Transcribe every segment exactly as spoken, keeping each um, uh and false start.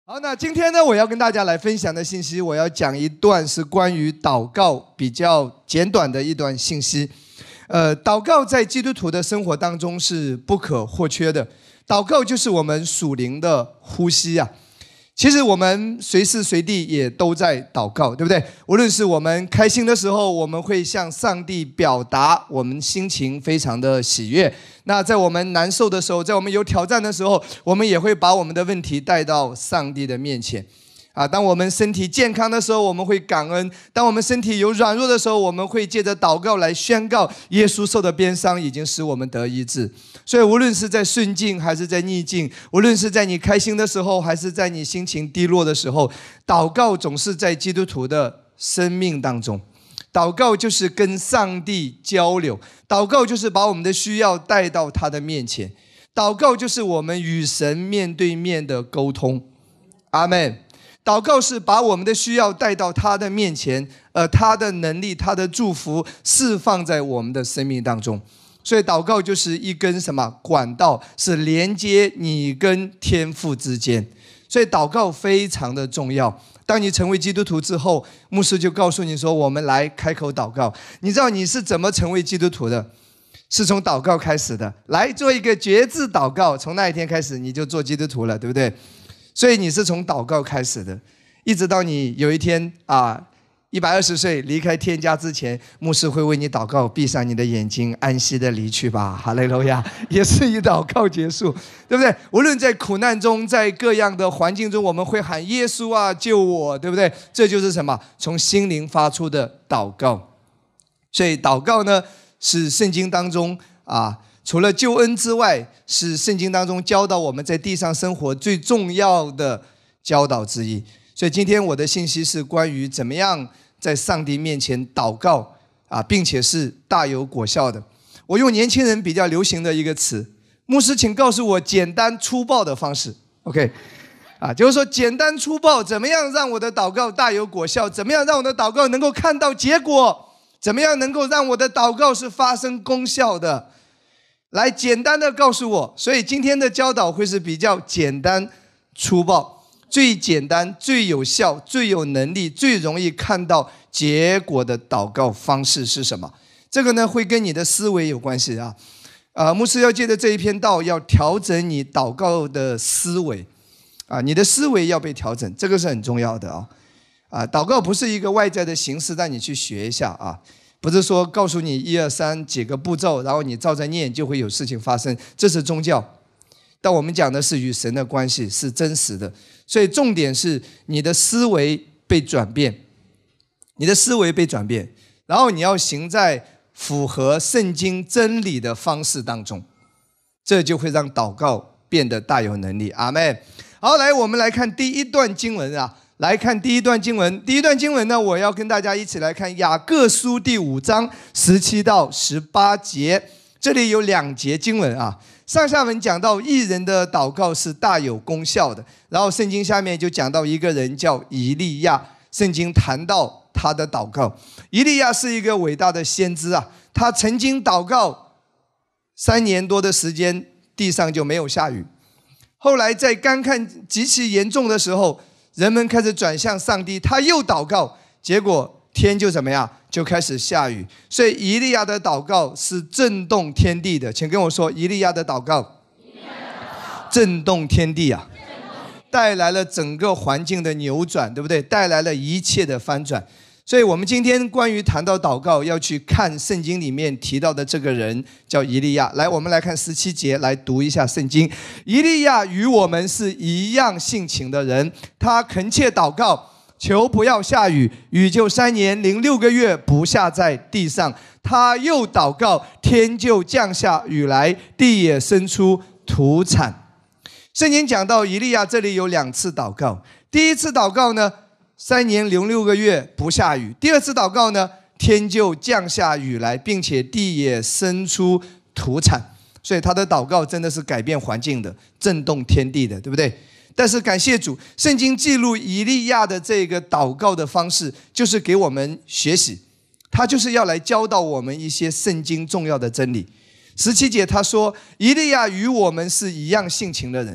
好，那今天呢，我要跟大家来分享的信息，我要讲一段是关于祷告比较简短的一段信息。呃，祷告在基督徒的生活当中是不可或缺的，祷告就是我们属灵的呼吸啊。其实我们随时随地也都在祷告，对不对？无论是我们开心的时候，我们会向上帝表达我们心情非常的喜悦。那在我们难受的时候，在我们有挑战的时候，我们也会把我们的问题带到上帝的面前。啊，当我们身体健康的时候，我们会感恩；当我们身体有软弱的时候，我们会借着祷告来宣告耶稣受的鞭伤已经使我们得医治。所以无论是在顺境还是在逆境，无论是在你开心的时候还是在你心情低落的时候，祷告总是在基督徒的生命当中。祷告就是跟上帝交流，祷告就是把我们的需要带到他的面前，祷告就是我们与神面对面的沟通。阿们。祷告是把我们的需要带到他的面前，而他的能力、他的祝福释放在我们的生命当中。所以祷告就是一根什么管道，是连接你跟天父之间。所以祷告非常的重要。当你成为基督徒之后，牧师就告诉你说，我们来开口祷告。你知道你是怎么成为基督徒的？是从祷告开始的。来做一个决志祷告，从那一天开始你就做基督徒了，对不对？所以你是从祷告开始的，一直到你有一天啊，一百二十岁离开天家之前，牧师会为你祷告，闭上你的眼睛，安息的离去吧，哈利路亚，也是以祷告结束，对不对？无论在苦难中，在各样的环境中，我们会喊耶稣啊，救我，对不对？这就是什么？从心灵发出的祷告。所以祷告呢，是圣经当中啊。除了救恩之外，是圣经当中教导我们在地上生活最重要的教导之一。所以今天我的信息是关于怎么样在上帝面前祷告啊，并且是大有果效的。我用年轻人比较流行的一个词，牧师请告诉我简单粗暴的方式 OK 啊，就是说简单粗暴，怎么样让我的祷告大有果效，怎么样让我的祷告能够看到结果，怎么样能够让我的祷告是发生功效的，来简单的告诉我。所以今天的教导会是比较简单粗暴，最简单最有效最有能力最容易看到结果的祷告方式是什么。这个呢会跟你的思维有关系啊。呃，牧师要借着这一篇道要调整你祷告的思维啊，你的思维要被调整，这个是很重要的啊。啊，祷告不是一个外在的形式让你去学一下啊，不是说告诉你一二三几个步骤，然后你照着念就会有事情发生，这是宗教。但我们讲的是与神的关系，是真实的。所以重点是你的思维被转变，你的思维被转变，然后你要行在符合圣经真理的方式当中，这就会让祷告变得大有能力。阿们。好，来我们来看第一段经文啊。来看第一段经文，第一段经文呢，我要跟大家一起来看雅各书第五章十七到十八节。这里有两节经文啊，上下文讲到义人的祷告是大有功效的，然后圣经下面就讲到一个人叫以利亚，圣经谈到他的祷告。以利亚是一个伟大的先知啊，他曾经祷告三年多的时间，地上就没有下雨。后来在干旱极其严重的时候，人们开始转向上帝，他又祷告，结果天就怎么样，就开始下雨。所以以利亚的祷告是震动天地的，请跟我说，以利亚的祷告震动天地啊，带来了整个环境的扭转，对不对？带来了一切的翻转。所以我们今天关于谈到祷告，要去看圣经里面提到的这个人叫以利亚。来，我们来看十七节，来读一下圣经。以利亚与我们是一样性情的人，他恳切祷告，求不要下雨，雨就三年零六个月不下在地上。他又祷告，天就降下雨来，地也生出土产。圣经讲到以利亚这里有两次祷告，第一次祷告呢，三年零六个月不下雨。第二次祷告呢，天就降下雨来，并且地也生出土产。所以他的祷告真的是改变环境的，震动天地的，对不对？但是感谢主，圣经记录以利亚的这个祷告的方式，就是给我们学习，他就是要来教导我们一些圣经重要的真理。十七节他说，以利亚与我们是一样性情的人。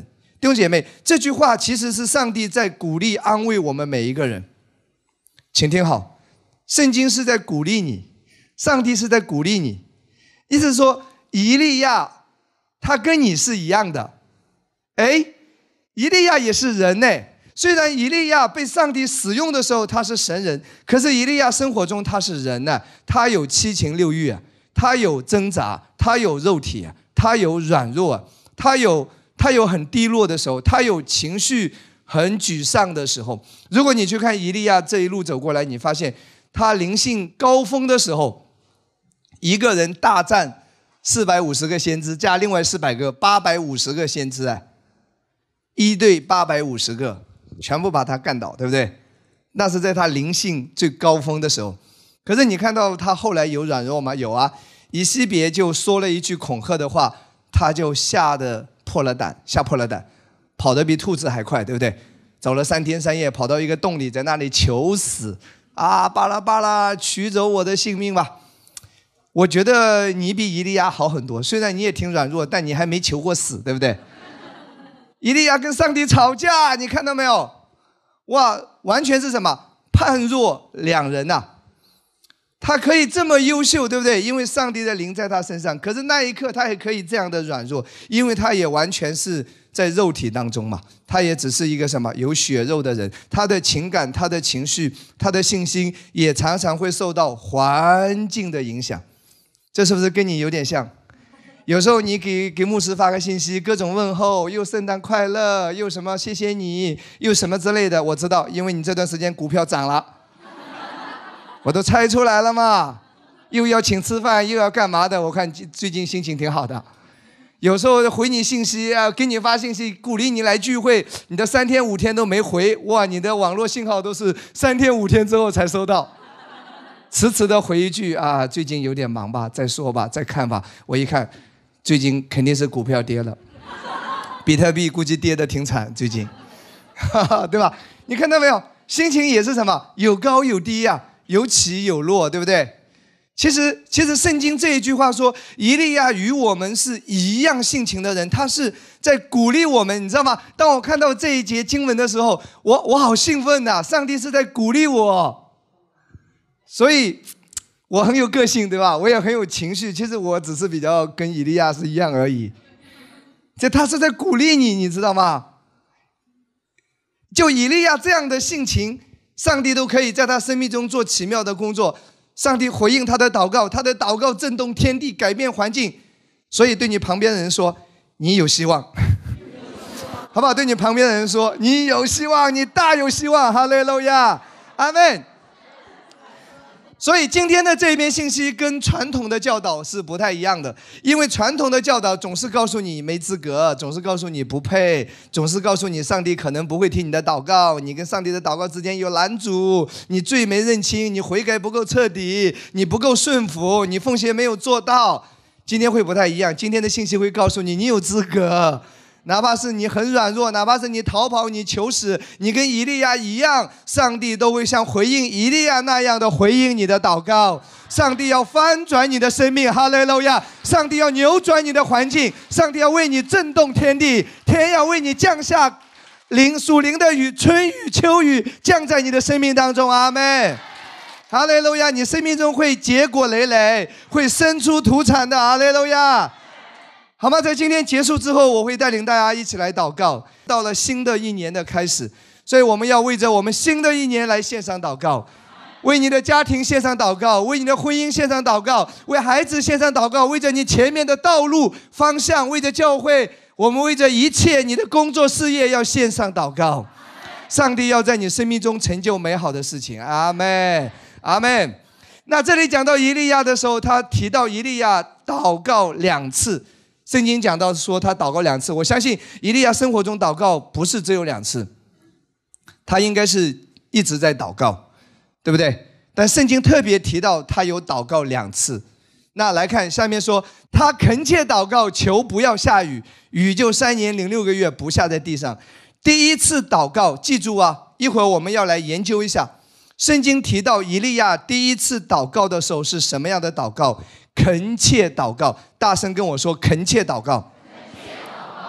弟兄姐妹，这句话其实是上帝在鼓励安慰我们每一个人。请听好，圣经是在鼓励你，上帝是在鼓励你。意思是说，以利亚他跟你是一样的。哎，以利亚也是人呢。虽然以利亚被上帝使用的时候他是神人，可是以利亚生活中他是人呢，他有七情六欲啊，他有挣扎，他有肉体啊，他有软弱啊，他有他有很低落的时候，他有情绪很沮丧的时候。如果你去看以利亚这一路走过来，你发现他灵性高峰的时候，一个人大战四百五十个先知加另外四百个八百五十个先知啊，一对八百五十个全部把他干倒，对不对？那是在他灵性最高峰的时候。可是你看到他后来有软弱吗？有啊，以西别就说了一句恐吓的话，他就吓得破了胆，吓破了胆，跑得比兔子还快，对不对？走了三天三夜，跑到一个洞里，在那里求死啊，巴拉巴拉，取走我的性命吧。我觉得你比以利亚好很多，虽然你也挺软弱，但你还没求过死，对不对？以利亚跟上帝吵架，你看到没有？哇，完全是什么？判若两人呐、啊！他可以这么优秀，对不对？因为上帝的灵在他身上。可是那一刻，他也可以这样的软弱，因为他也完全是在肉体当中嘛。他也只是一个什么有血肉的人，他的情感、他的情绪、他的信心，也常常会受到环境的影响。这是不是跟你有点像？有时候你给给牧师发个信息，各种问候，又圣诞快乐，又什么谢谢你，又什么之类的。我知道，因为你这段时间股票涨了，我都猜出来了嘛。又要请吃饭，又要干嘛的？我看最近心情挺好的。有时候回你信息啊，给你发信息，鼓励你来聚会，你的三天五天都没回，哇，你的网络信号都是三天五天之后才收到。迟迟的回一句啊，最近有点忙吧，再说吧，再看吧。我一看。最近肯定是股票跌了，比特币估计跌得挺惨，最近，对吧？你看到没有？心情也是什么？有高有低呀、啊，有起有落，对不对？其实，其实圣经这一句话说，以利亚与我们是一样性情的人，他是在鼓励我们，你知道吗？当我看到这一节经文的时候，我我好兴奋呐、啊！上帝是在鼓励我，所以。我很有个性，对吧？我也很有情绪。其实我只是比较跟以利亚是一样而已。这他是在鼓励你，你知道吗？就以利亚这样的性情，上帝都可以在他生命中做奇妙的工作。上帝回应他的祷告，他的祷告震动天地，改变环境。所以对你旁边的人说，你有希望，好不好？对你旁边的人说，你有希望，你大有希望。哈利路亚，阿们。所以今天的这一篇信息跟传统的教导是不太一样的，因为传统的教导总是告诉你没资格，总是告诉你不配，总是告诉你上帝可能不会听你的祷告，你跟上帝的祷告之间有拦阻，你罪没认清，你悔改不够彻底，你不够顺服，你奉献没有做到。今天会不太一样，今天的信息会告诉你，你有资格。哪怕是你很软弱，哪怕是你逃跑，你求死，你跟以利亚一样，上帝都会像回应以利亚那样的回应你的祷告。上帝要翻转你的生命，哈利路亚！上帝要扭转你的环境，上帝要为你震动天地，天要为你降下灵属灵的雨，春雨秋雨降在你的生命当中，阿们。哈利路亚！你生命中会结果累累，会生出土产的，哈利路亚！好吗？在今天结束之后，我会带领大家一起来祷告。到了新的一年的开始，所以我们要为着我们新的一年来献上祷告，为你的家庭献上祷告，为你的婚姻献上祷告，为孩子献上祷告，为着你前面的道路方向，为着教会，我们为着一切你的工作事业要献上祷告。上帝要在你生命中成就美好的事情，阿们，阿们。那这里讲到以利亚的时候，他提到以利亚祷告两次。圣经讲到说他祷告两次，我相信以利亚生活中祷告不是只有两次，他应该是一直在祷告，对不对？但圣经特别提到他有祷告两次。那来看下面说，他恳切祷告，求不要下雨，雨就三年零六个月不下在地上。第一次祷告，记住啊，一会儿我们要来研究一下，圣经提到以利亚第一次祷告的时候是什么样的祷告？恳切祷告，大声跟我说，恳切祷告。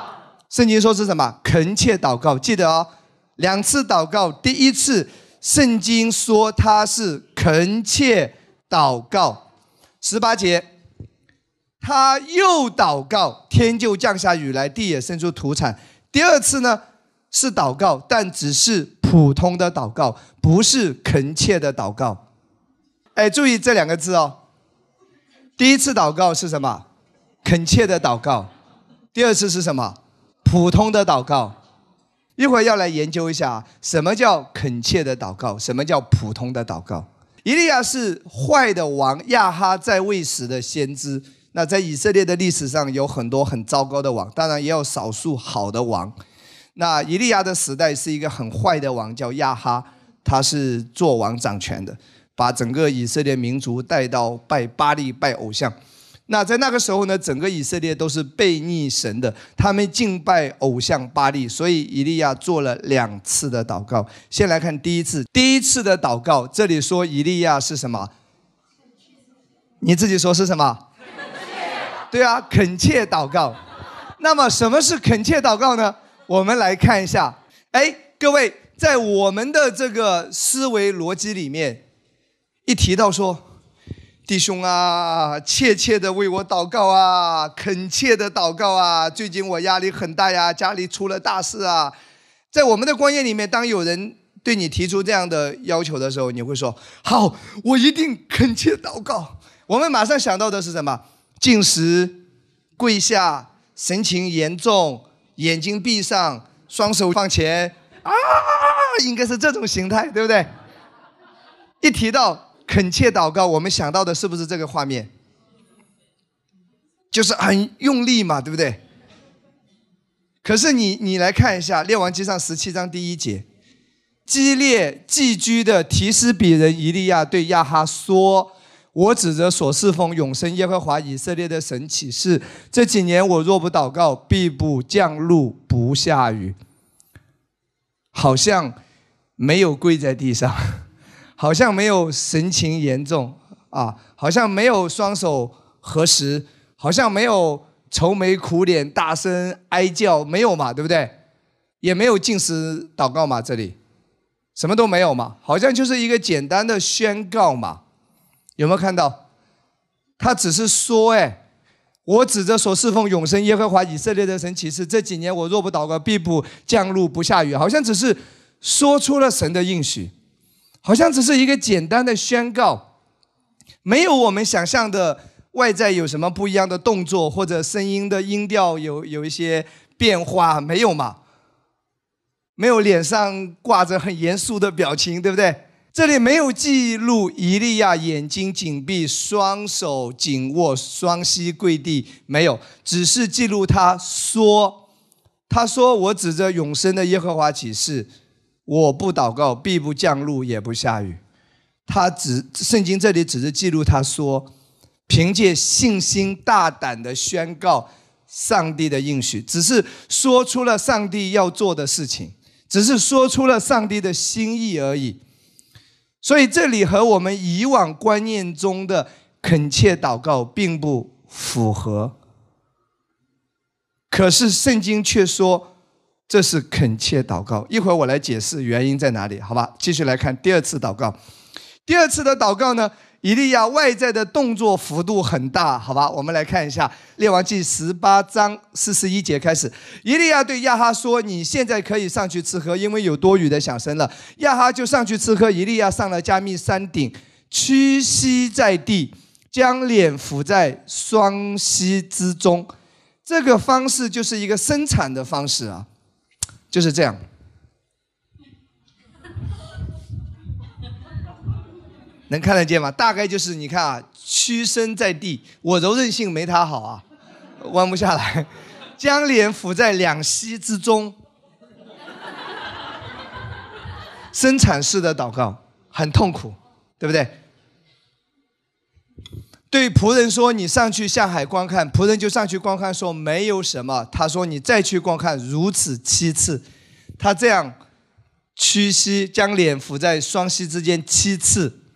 圣经说是什么？恳切祷告，记得哦，两次祷告，第一次圣经说他是恳切祷告，十八节，他又祷告，天就降下雨来，地也生出土产。第二次呢是祷告，但只是普通的祷告，不是恳切的祷告。哎，注意这两个字哦。第一次祷告是什么？恳切的祷告。第二次是什么？普通的祷告。一会儿要来研究一下什么叫恳切的祷告，什么叫普通的祷告。以利亚是坏的王亚哈在位时的先知。那在以色列的历史上有很多很糟糕的王，当然也有少数好的王。那以利亚的时代是一个很坏的王，叫亚哈，他是做王掌权的，把整个以色列民族带到拜巴力、拜偶像。那在那个时候呢，整个以色列都是悖逆神的，他们敬拜偶像巴力，所以以利亚做了两次的祷告。先来看第一次，第一次的祷告，这里说以利亚是什么？你自己说是什么？对啊，恳切祷告。那么什么是恳切祷告呢？我们来看一下。哎，各位，在我们的这个思维逻辑里面，一提到说弟兄啊，切切的为我祷告啊，恳切的祷告啊，最近我压力很大呀，家里出了大事啊。在我们的观念里面，当有人对你提出这样的要求的时候，你会说好，我一定恳切祷告。我们马上想到的是什么？进食、跪下、神情严重、眼睛闭上、双手放前啊，应该是这种形态，对不对？一提到恳切祷告，我们想到的是不是这个画面？就是很用力嘛，对不对？可是你你来看一下《列王纪上》十七章第一节，基列寄居的提斯比人以利亚对亚哈说，我指着所侍奉永生耶和华以色列的神起誓，这几年我若不祷告，必不降露不下雨。好像没有跪在地上，好像没有神情严重啊，好像没有双手合十，好像没有愁眉苦脸大声哀叫，没有嘛，对不对？也没有禁食祷告嘛，这里什么都没有嘛，好像就是一个简单的宣告嘛。有没有看到？他只是说，哎，我指着所侍奉永生耶和华以色列的神起誓，这几年我若不祷告，必不降露不下雨。好像只是说出了神的应许，好像只是一个简单的宣告，没有我们想象的外在有什么不一样的动作，或者声音的音调有有一些变化，没有嘛？没有脸上挂着很严肃的表情，对不对？这里没有记录以利亚眼睛紧闭，双手紧握，双膝跪地，没有，只是记录他说，他说我指着永生的耶和华起誓，我不祷告，必不降露，也不下雨。他只圣经这里只是记录他说，凭借信心大胆的宣告上帝的应许，只是说出了上帝要做的事情，只是说出了上帝的心意而已。所以这里和我们以往观念中的恳切祷告并不符合，可是圣经却说这是恳切祷告。一会儿我来解释原因在哪里，好吧？继续来看第二次祷告。第二次的祷告呢，以利亚外在的动作幅度很大，好吧？我们来看一下列王纪十八章四十一节开始，以利亚对亚哈说，你现在可以上去吃喝，因为有多雨的响声了。亚哈就上去吃喝，以利亚上了加密山顶，屈膝在地，将脸伏在双膝之中。这个方式就是一个生产的方式啊，就是这样。能看得见吗？大概就是你看啊，屈身在地，我柔韧性没他好啊，弯不下来，将脸伏在两膝之中，生产式的祷告，很痛苦，对不对？对仆人说，你上去下海观看，仆人就上去观看，说没有什么。他说你再去观看，如此七次。他这样屈膝，将脸伏在双膝之间七次。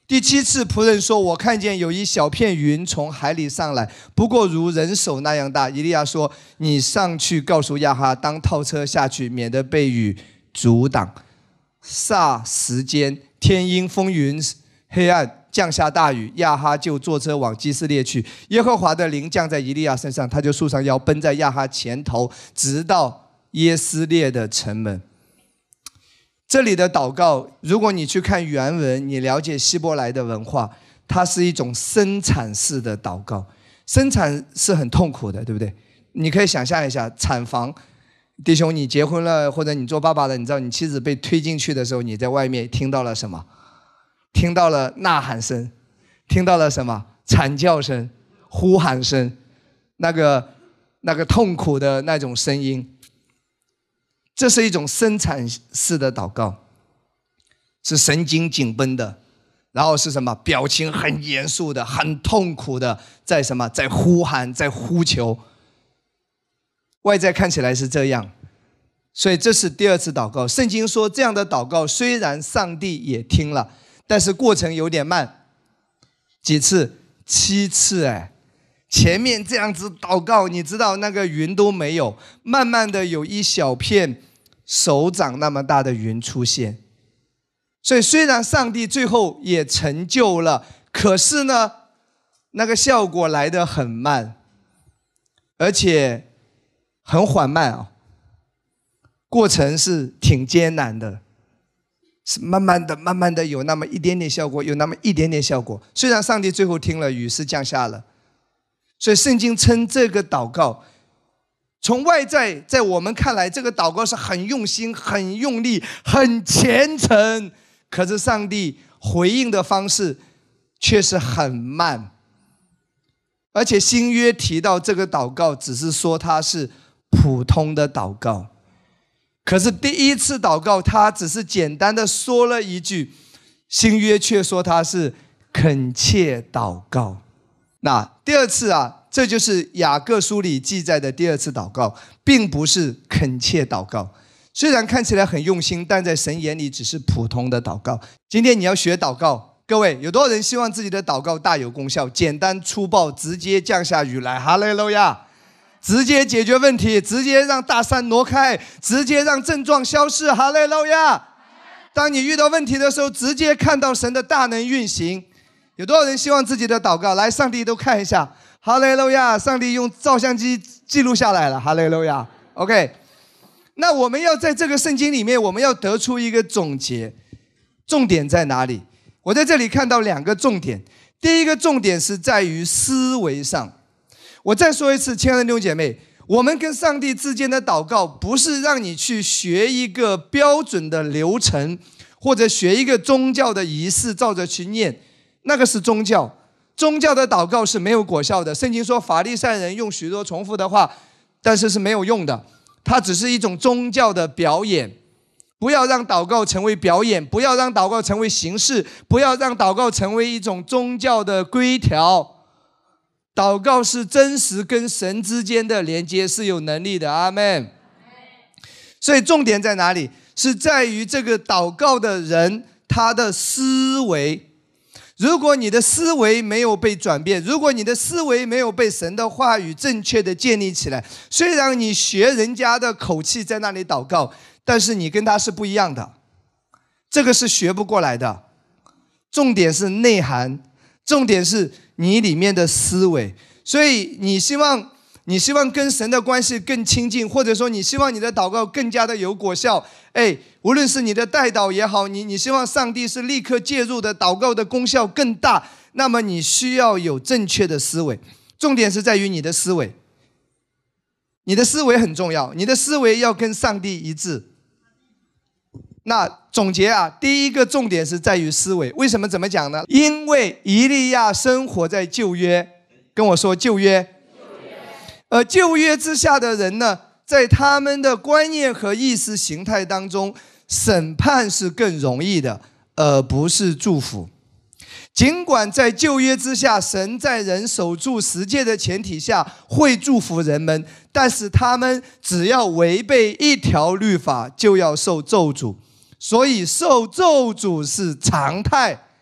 第七次，仆人说：“我看见有一小片云从海里上来，不过如人手那样大。”以利亚说：“你上去告诉亚哈，当套车下去，免得被雨阻挡。”霎时间，天阴风云黑暗，降下大雨。亚哈就坐车往基斯列去。耶和华的灵降在以利亚身上，他就束上腰，奔在亚哈前头，直到耶斯列的城门。这里的祷告，如果你去看原文，你了解希伯来的文化，它是一种生产式的祷告。生产是很痛苦的，对不对？你可以想象一下，产房，弟兄，你结婚了，或者你做爸爸的，你知道你妻子被推进去的时候，你在外面听到了什么？听到了呐喊声，听到了什么？惨叫声、呼喊声，那个那个痛苦的那种声音。这是一种生产式的祷告，是神经紧绷的，然后是什么？表情很严肃的，很痛苦的，在什么？在呼喊，在呼求。外在看起来是这样，所以这是第二次祷告。圣经说，这样的祷告虽然上帝也听了，但是过程有点慢。几次？七次哎。前面这样子祷告，你知道那个云都没有，慢慢的有一小片手掌那么大的云出现。所以虽然上帝最后也成就了，可是呢，那个效果来得很慢，而且很缓慢啊，过程是挺艰难的，是慢慢的、慢慢的有那么一点点效果，有那么一点点效果。虽然上帝最后听了，雨是降下了。所以圣经称这个祷告，从外在在我们看来，这个祷告是很用心、很用力、很虔诚，可是上帝回应的方式却是很慢。而且新约提到这个祷告，只是说它是普通的祷告，可是第一次祷告，他只是简单的说了一句，新约却说它是恳切祷告。那第二次啊，这就是雅各书里记载的第二次祷告，并不是恳切祷告。虽然看起来很用心，但在神眼里只是普通的祷告。今天你要学祷告，各位有多少人希望自己的祷告大有功效，简单粗暴，直接降下雨来？哈利路亚！直接解决问题，直接让大山挪开，直接让症状消失。哈利路亚！当你遇到问题的时候，直接看到神的大能运行。有多少人希望自己的祷告来上帝都看一下？哈利路亚！上帝用照相机记录下来了。哈利路亚 OK， 那我们要在这个圣经里面，我们要得出一个总结，重点在哪里？我在这里看到两个重点。第一个重点是在于思维上。我再说一次，亲爱的弟兄姐妹，我们跟上帝之间的祷告，不是让你去学一个标准的流程，或者学一个宗教的仪式，照着去念。那个是宗教，宗教的祷告是没有果效的。圣经说法利赛人用许多重复的话，但是是没有用的，它只是一种宗教的表演。不要让祷告成为表演，不要让祷告成为形式，不要让祷告成为一种宗教的规条。祷告是真实跟神之间的连接，是有能力的。阿们。所以重点在哪里？是在于这个祷告的人他的思维。如果你的思维没有被转变，如果你的思维没有被神的话语正确的建立起来，虽然你学人家的口气在那里祷告，但是你跟他是不一样的，这个是学不过来的。重点是内涵，重点是你里面的思维。所以你希望你希望跟神的关系更亲近，或者说你希望你的祷告更加的有果效，哎，无论是你的代祷也好，你你希望上帝是立刻介入的，祷告的功效更大，那么你需要有正确的思维。重点是在于你的思维，你的思维很重要，你的思维要跟上帝一致。那总结啊，第一个重点是在于思维。为什么？怎么讲呢？因为以利亚生活在旧约，跟我说旧约。而旧约之下的人呢，在他们的观念和意识形态当中，审判是更容易的，而不是祝福。尽管在旧约之下，神在人守住十诫的前提下会祝福人们，但是他们只要违背一条律法，就要受咒诅。所以受咒诅是常态，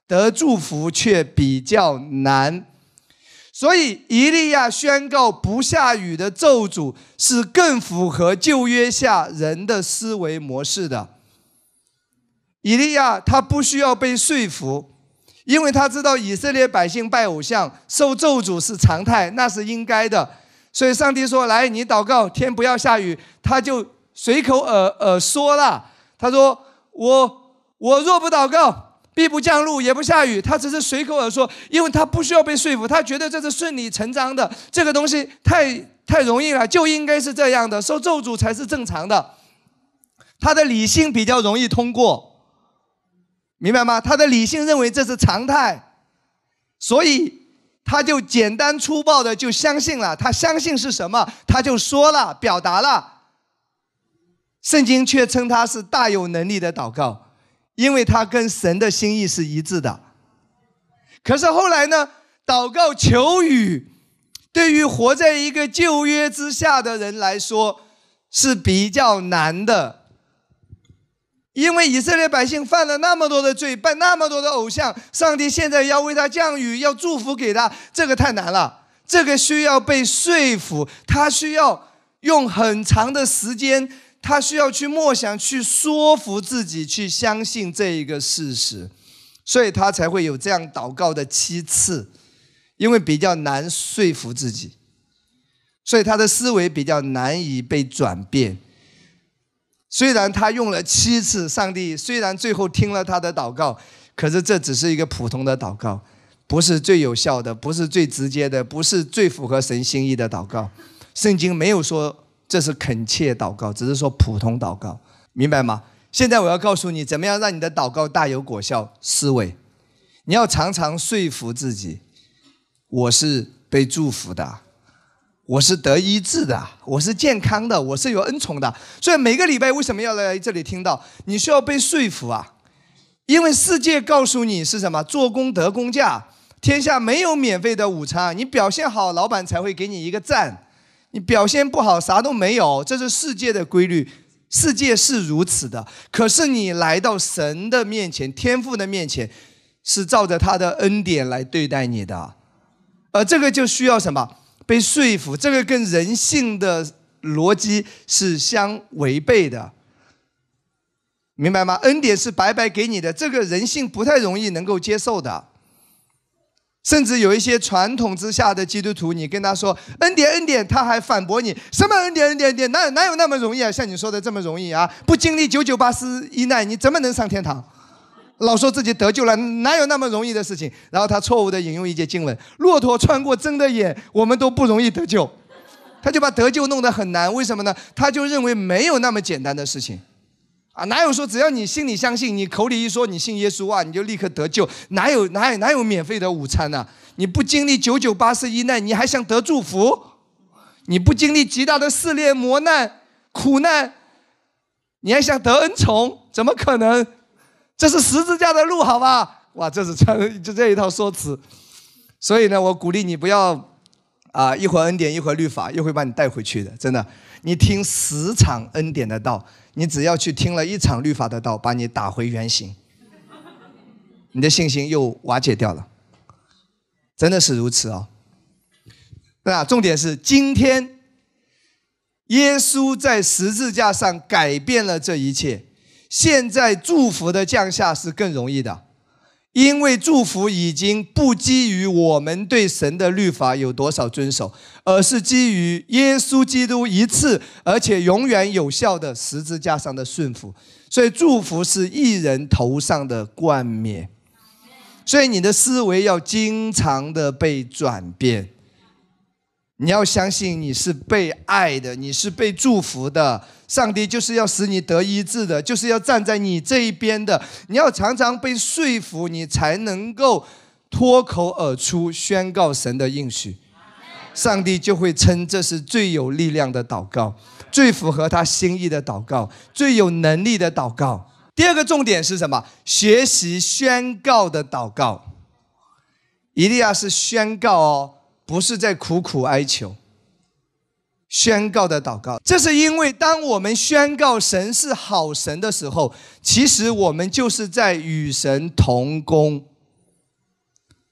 得祝福却比较难。所以以利亚宣告不下雨的咒诅是更符合旧约下人的思维模式的。以利亚他不需要被说服，因为他知道以色列百姓拜偶像受咒诅是常态，那是应该的。所以上帝说，来，你祷告天不要下雨，他就随口而而说了，他说我我若不祷告，必不降露也不下雨。他只是随口而说，因为他不需要被说服，他觉得这是顺理成章的，这个东西太太容易了，就应该是这样的，受咒诅才是正常的。他的理性比较容易通过，明白吗？他的理性认为这是常态，所以他就简单粗暴的就相信了。他相信是什么，他就说了，表达了。圣经却称他是大有能力的祷告，因为他跟神的心意是一致的。可是后来呢，祷告求雨，对于活在一个旧约之下的人来说是比较难的。因为以色列百姓犯了那么多的罪，拜那么多的偶像，上帝现在要为他降雨，要祝福给他，这个太难了，这个需要被说服，他需要用很长的时间，他需要去默想，去说服自己，去相信这一个事实，所以他才会有这样祷告的七次，因为比较难说服自己，所以他的思维比较难以被转变。虽然他用了七次，上帝虽然最后听了他的祷告，可是这只是一个普通的祷告，不是最有效的，不是最直接的，不是最符合神心意的祷告。圣经没有说这是恳切祷告，只是说普通祷告，明白吗？现在我要告诉你，怎么样让你的祷告大有果效。思维，你要常常说服自己，我是被祝福的，我是得医治的，我是健康的，我是有恩宠的。所以每个礼拜为什么要来这里听到？你需要被说服啊，因为世界告诉你是什么？做工得工价，天下没有免费的午餐，你表现好，老板才会给你一个赞，你表现不好，啥都没有，这是世界的规律，世界是如此的。可是你来到神的面前，天父的面前，是照着他的恩典来对待你的，而这个就需要什么？被说服，这个跟人性的逻辑是相违背的，明白吗？恩典是白白给你的，这个人性不太容易能够接受的。甚至有一些传统之下的基督徒，你跟他说恩典恩典，他还反驳你，什么恩典恩典恩典，哪哪有那么容易啊？像你说的这么容易啊？不经历九九八十一难，你怎么能上天堂？老说自己得救了，哪有那么容易的事情？然后他错误的引用一节经文，骆驼穿过针的眼，我们都不容易得救。他就把得救弄得很难，为什么呢？他就认为没有那么简单的事情啊，哪有说只要你心里相信，你口里一说你信耶稣啊，你就立刻得救？哪有哪有哪有免费的午餐呢、啊？你不经历九九八十一难，你还想得祝福？你不经历极大的试炼、磨难、苦难，你还想得恩宠？怎么可能？这是十字架的路，好吧？哇，这是就这一套说辞。所以呢，我鼓励你不要啊、呃，一会儿恩典，一会儿律法，又会把你带回去的。真的，你听十场恩典的道，你只要去听了一场律法的道，把你打回原形，你的信心又瓦解掉了。真的是如此哦。那重点是，今天耶稣在十字架上改变了这一切。现在祝福的降下是更容易的，因为祝福已经不基于我们对神的律法有多少遵守，而是基于耶稣基督一次而且永远有效的十字架上的顺服。所以祝福是义人头上的冠冕。所以你的思维要经常的被转变，你要相信你是被爱的，你是被祝福的，上帝就是要使你得医治的，就是要站在你这一边的。你要常常被说服，你才能够脱口而出宣告神的应许，上帝就会称这是最有力量的祷告，最符合他心意的祷告，最有能力的祷告。第二个重点是什么？学习宣告的祷告。以利亚是宣告哦，不是在苦苦哀求。宣告的祷告，这是因为当我们宣告神是好神的时候，其实我们就是在与神同工。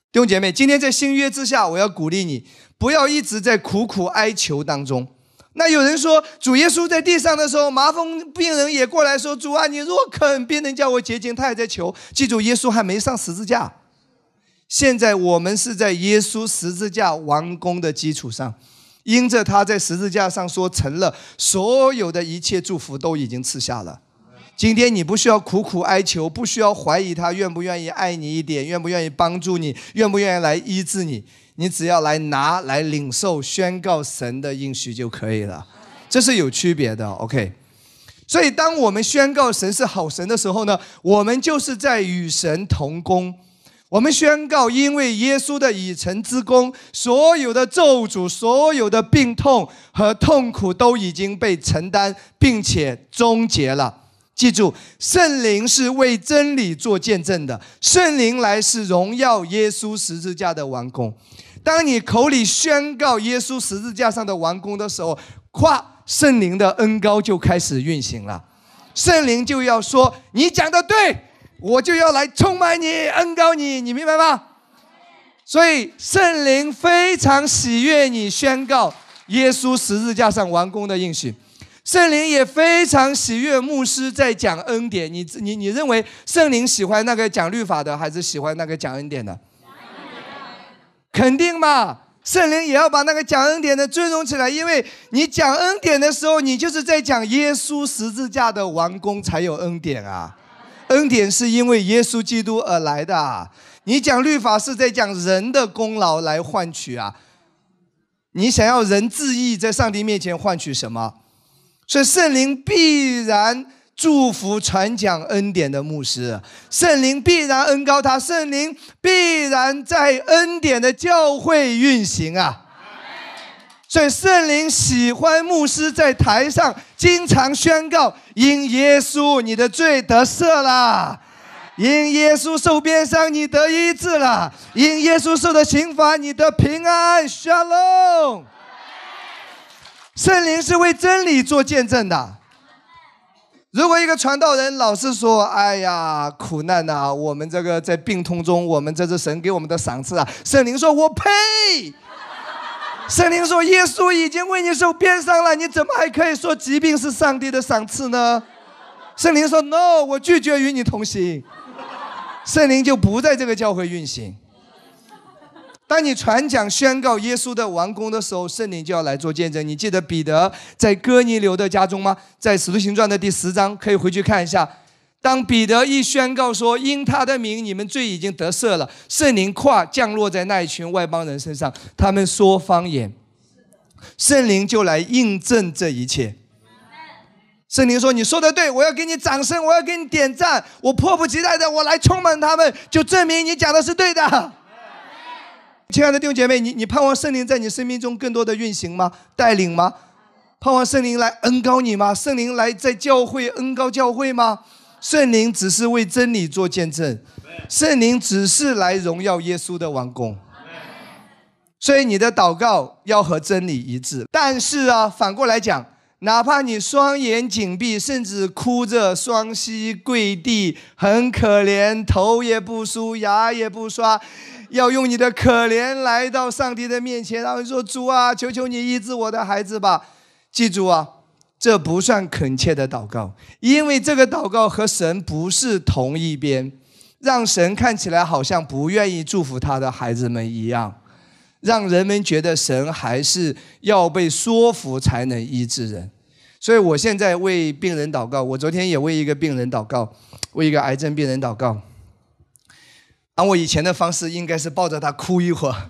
弟兄姐妹，今天在新约之下，我要鼓励你，不要一直在苦苦哀求当中。那有人说，主耶稣在地上的时候，麻风病人也过来说，主啊，你若肯，便能叫我洁净。他还在求。记住，耶稣还没上十字架。现在我们是在耶稣十字架完工的基础上，因着他在十字架上说成了，所有的一切祝福都已经赐下了。今天你不需要苦苦哀求，不需要怀疑他愿不愿意爱你一点，愿不愿意帮助你，愿不愿意来医治你，你只要来拿，来领受，宣告神的应许就可以了。这是有区别的 OK。 所以当我们宣告神是好神的时候呢，我们就是在与神同工。我们宣告，因为耶稣的已成之功，所有的咒诅，所有的病痛和痛苦都已经被承担，并且终结了。记住，圣灵是为真理做见证的，圣灵来是荣耀耶稣十字架的完工。当你口里宣告耶稣十字架上的完工的时候，咵，圣灵的恩膏就开始运行了。圣灵就要说，你讲的对，我就要来充满你，恩膏你，你明白吗？所以圣灵非常喜悦你宣告耶稣十字架上完工的应许。圣灵也非常喜悦牧师在讲恩典。你你你认为圣灵喜欢那个讲律法的，还是喜欢那个讲恩典的？肯定嘛，圣灵也要把那个讲恩典的尊荣起来，因为你讲恩典的时候，你就是在讲耶稣十字架的完工才有恩典啊。恩典是因为耶稣基督而来的啊。你讲律法是在讲人的功劳来换取啊。你想要人自义，在上帝面前换取什么？所以圣灵必然祝福传讲恩典的牧师，圣灵必然恩膏他，圣灵必然在恩典的教会运行啊。所以圣灵喜欢牧师在台上经常宣告，因耶稣你的罪得赦了，因耶稣受鞭伤你得医治了，因耶稣受的刑罚你得平安。 Shalom。 圣灵是为真理做见证的。如果一个传道人老是说，哎呀苦难啊，我们这个在病痛中，我们这是神给我们的赏赐啊，圣灵说我呸，圣灵说耶稣已经为你受鞭伤了，你怎么还可以说疾病是上帝的赏赐呢？圣灵说 no， 我拒绝与你同行。圣灵就不在这个教会运行。当你传讲宣告耶稣的完工的时候，圣灵就要来做见证。你记得彼得在哥尼流的家中吗？在使徒行传的第十章，可以回去看一下。当彼得一宣告说因他的名你们罪已经得赦了，圣灵咵降落在那一群外邦人身上，他们说方言，圣灵就来印证这一切。圣灵说你说的对，我要给你掌声，我要给你点赞，我迫不及待的我来充满他们，就证明你讲的是对的。亲爱的弟兄姐妹，你你盼望圣灵在你生命中更多的运行吗？带领吗？盼望圣灵来恩膏你吗？圣灵来在教会恩膏教会吗？圣灵只是为真理做见证，圣灵只是来荣耀耶稣的完工。所以你的祷告要和真理一致。但是啊，反过来讲，哪怕你双眼紧闭，甚至哭着双膝跪地，很可怜，头也不梳，牙也不刷，要用你的可怜来到上帝的面前，然后说主啊，求求你医治我的孩子吧。记住啊，这不算恳切的祷告，因为这个祷告和神不是同一边，让神看起来好像不愿意祝福他的孩子们一样，让人们觉得神还是要被说服才能医治人。所以我现在为病人祷告，我昨天也为一个病人祷告，为一个癌症病人祷告。按我以前的方式应该是抱着他哭一会儿，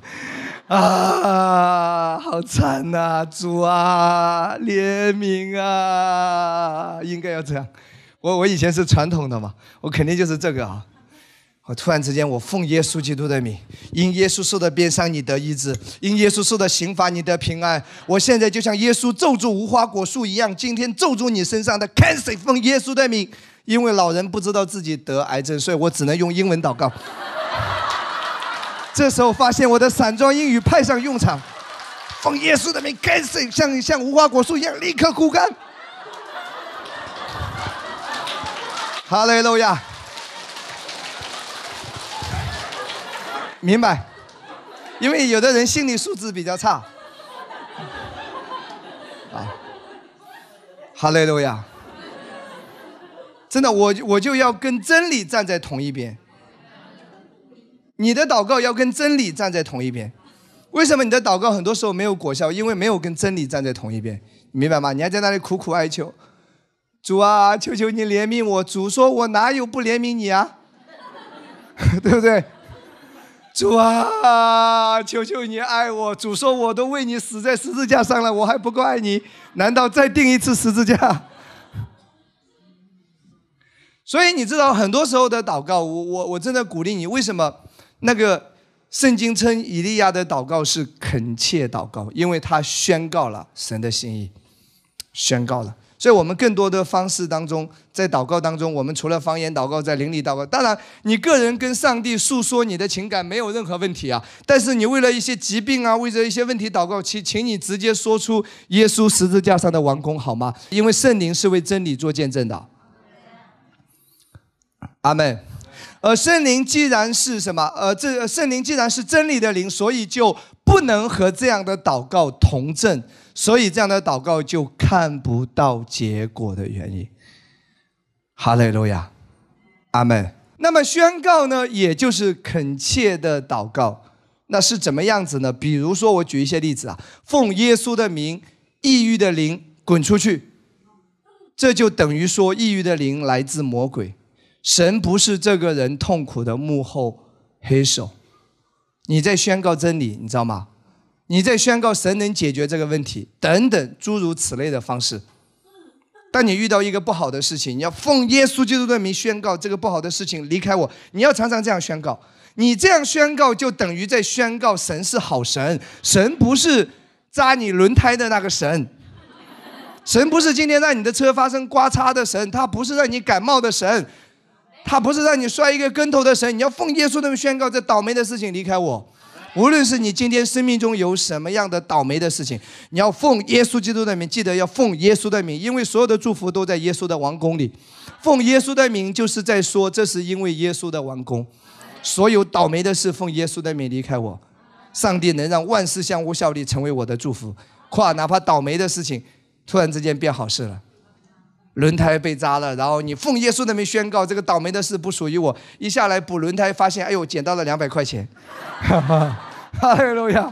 啊，好惨啊，主啊，怜悯啊，应该要这样。我我以前是传统的嘛，我肯定就是这个啊。我突然之间，我奉耶稣基督的名，因耶稣受的鞭伤你得医治，因耶稣受的刑罚你得平安。我现在就像耶稣咒住无花果树一样，今天咒住你身上的 cancer， 奉耶稣的名。因为老人不知道自己得癌症，所以我只能用英文祷告。这时候发现我的散装英语派上用场，奉耶稣的名 cancer 像像无花果树一样立刻枯干。哈利路亚。 明白？因为有的人心理素质比较差。啊，哈利路亚！真的，我我就要跟真理站在同一边。你的祷告要跟真理站在同一边。为什么你的祷告很多时候没有果效？因为没有跟真理站在同一边，你明白吗？你还在那里苦苦哀求，主啊，求求你怜悯我。主说，我哪有不怜悯你啊？对不对？主啊，求求你爱我。主说，我都为你死在十字架上了，我还不够爱你？难道再钉一次十字架？所以你知道，很多时候的祷告，我我我真的鼓励你。为什么那个圣经称以利亚的祷告是恳切祷告？因为他宣告了神的心意，宣告了。所以我们更多的方式当中，在祷告当中，我们除了方言祷告，在灵里祷告。当然，你个人跟上帝诉说你的情感没有任何问题啊。但是你为了一些疾病啊，为了一些问题祷告，请请你直接说出耶稣十字架上的完工好吗？因为圣灵是为真理做见证的。阿们。而圣灵既然是什么？呃，这圣灵既然是真理的灵，所以就不能和这样的祷告同证，所以这样的祷告就看不到结果的原因。哈利路亚，阿们。那么宣告呢，也就是恳切的祷告，那是怎么样子呢？比如说，我举一些例子啊，奉耶稣的名，抑郁的灵滚出去，这就等于说，抑郁的灵来自魔鬼。神不是这个人痛苦的幕后黑手。你在宣告真理，你知道吗？你在宣告神能解决这个问题，等等诸如此类的方式。当你遇到一个不好的事情，你要奉耶稣基督的名宣告这个不好的事情离开我。你要常常这样宣告。你这样宣告就等于在宣告神是好神，神不是扎你轮胎的那个神，神不是今天让你的车发生刮擦的神，他不是让你感冒的神，他不是让你摔一个跟头的神。你要奉耶稣的名宣告，这倒霉的事情离开我。无论是你今天生命中有什么样的倒霉的事情，你要奉耶稣基督的名，记得要奉耶稣的名，因为所有的祝福都在耶稣的王宫里。奉耶稣的名就是在说，这是因为耶稣的王宫。所有倒霉的事，奉耶稣的名离开我。上帝能让万事相互效力，成为我的祝福。跨哪怕倒霉的事情，突然之间变好事了。轮胎被扎了，然后你奉耶稣的名宣告，这个倒霉的事不属于我。一下来补轮胎，发现哎呦，捡到了两百块钱，哈利路亚！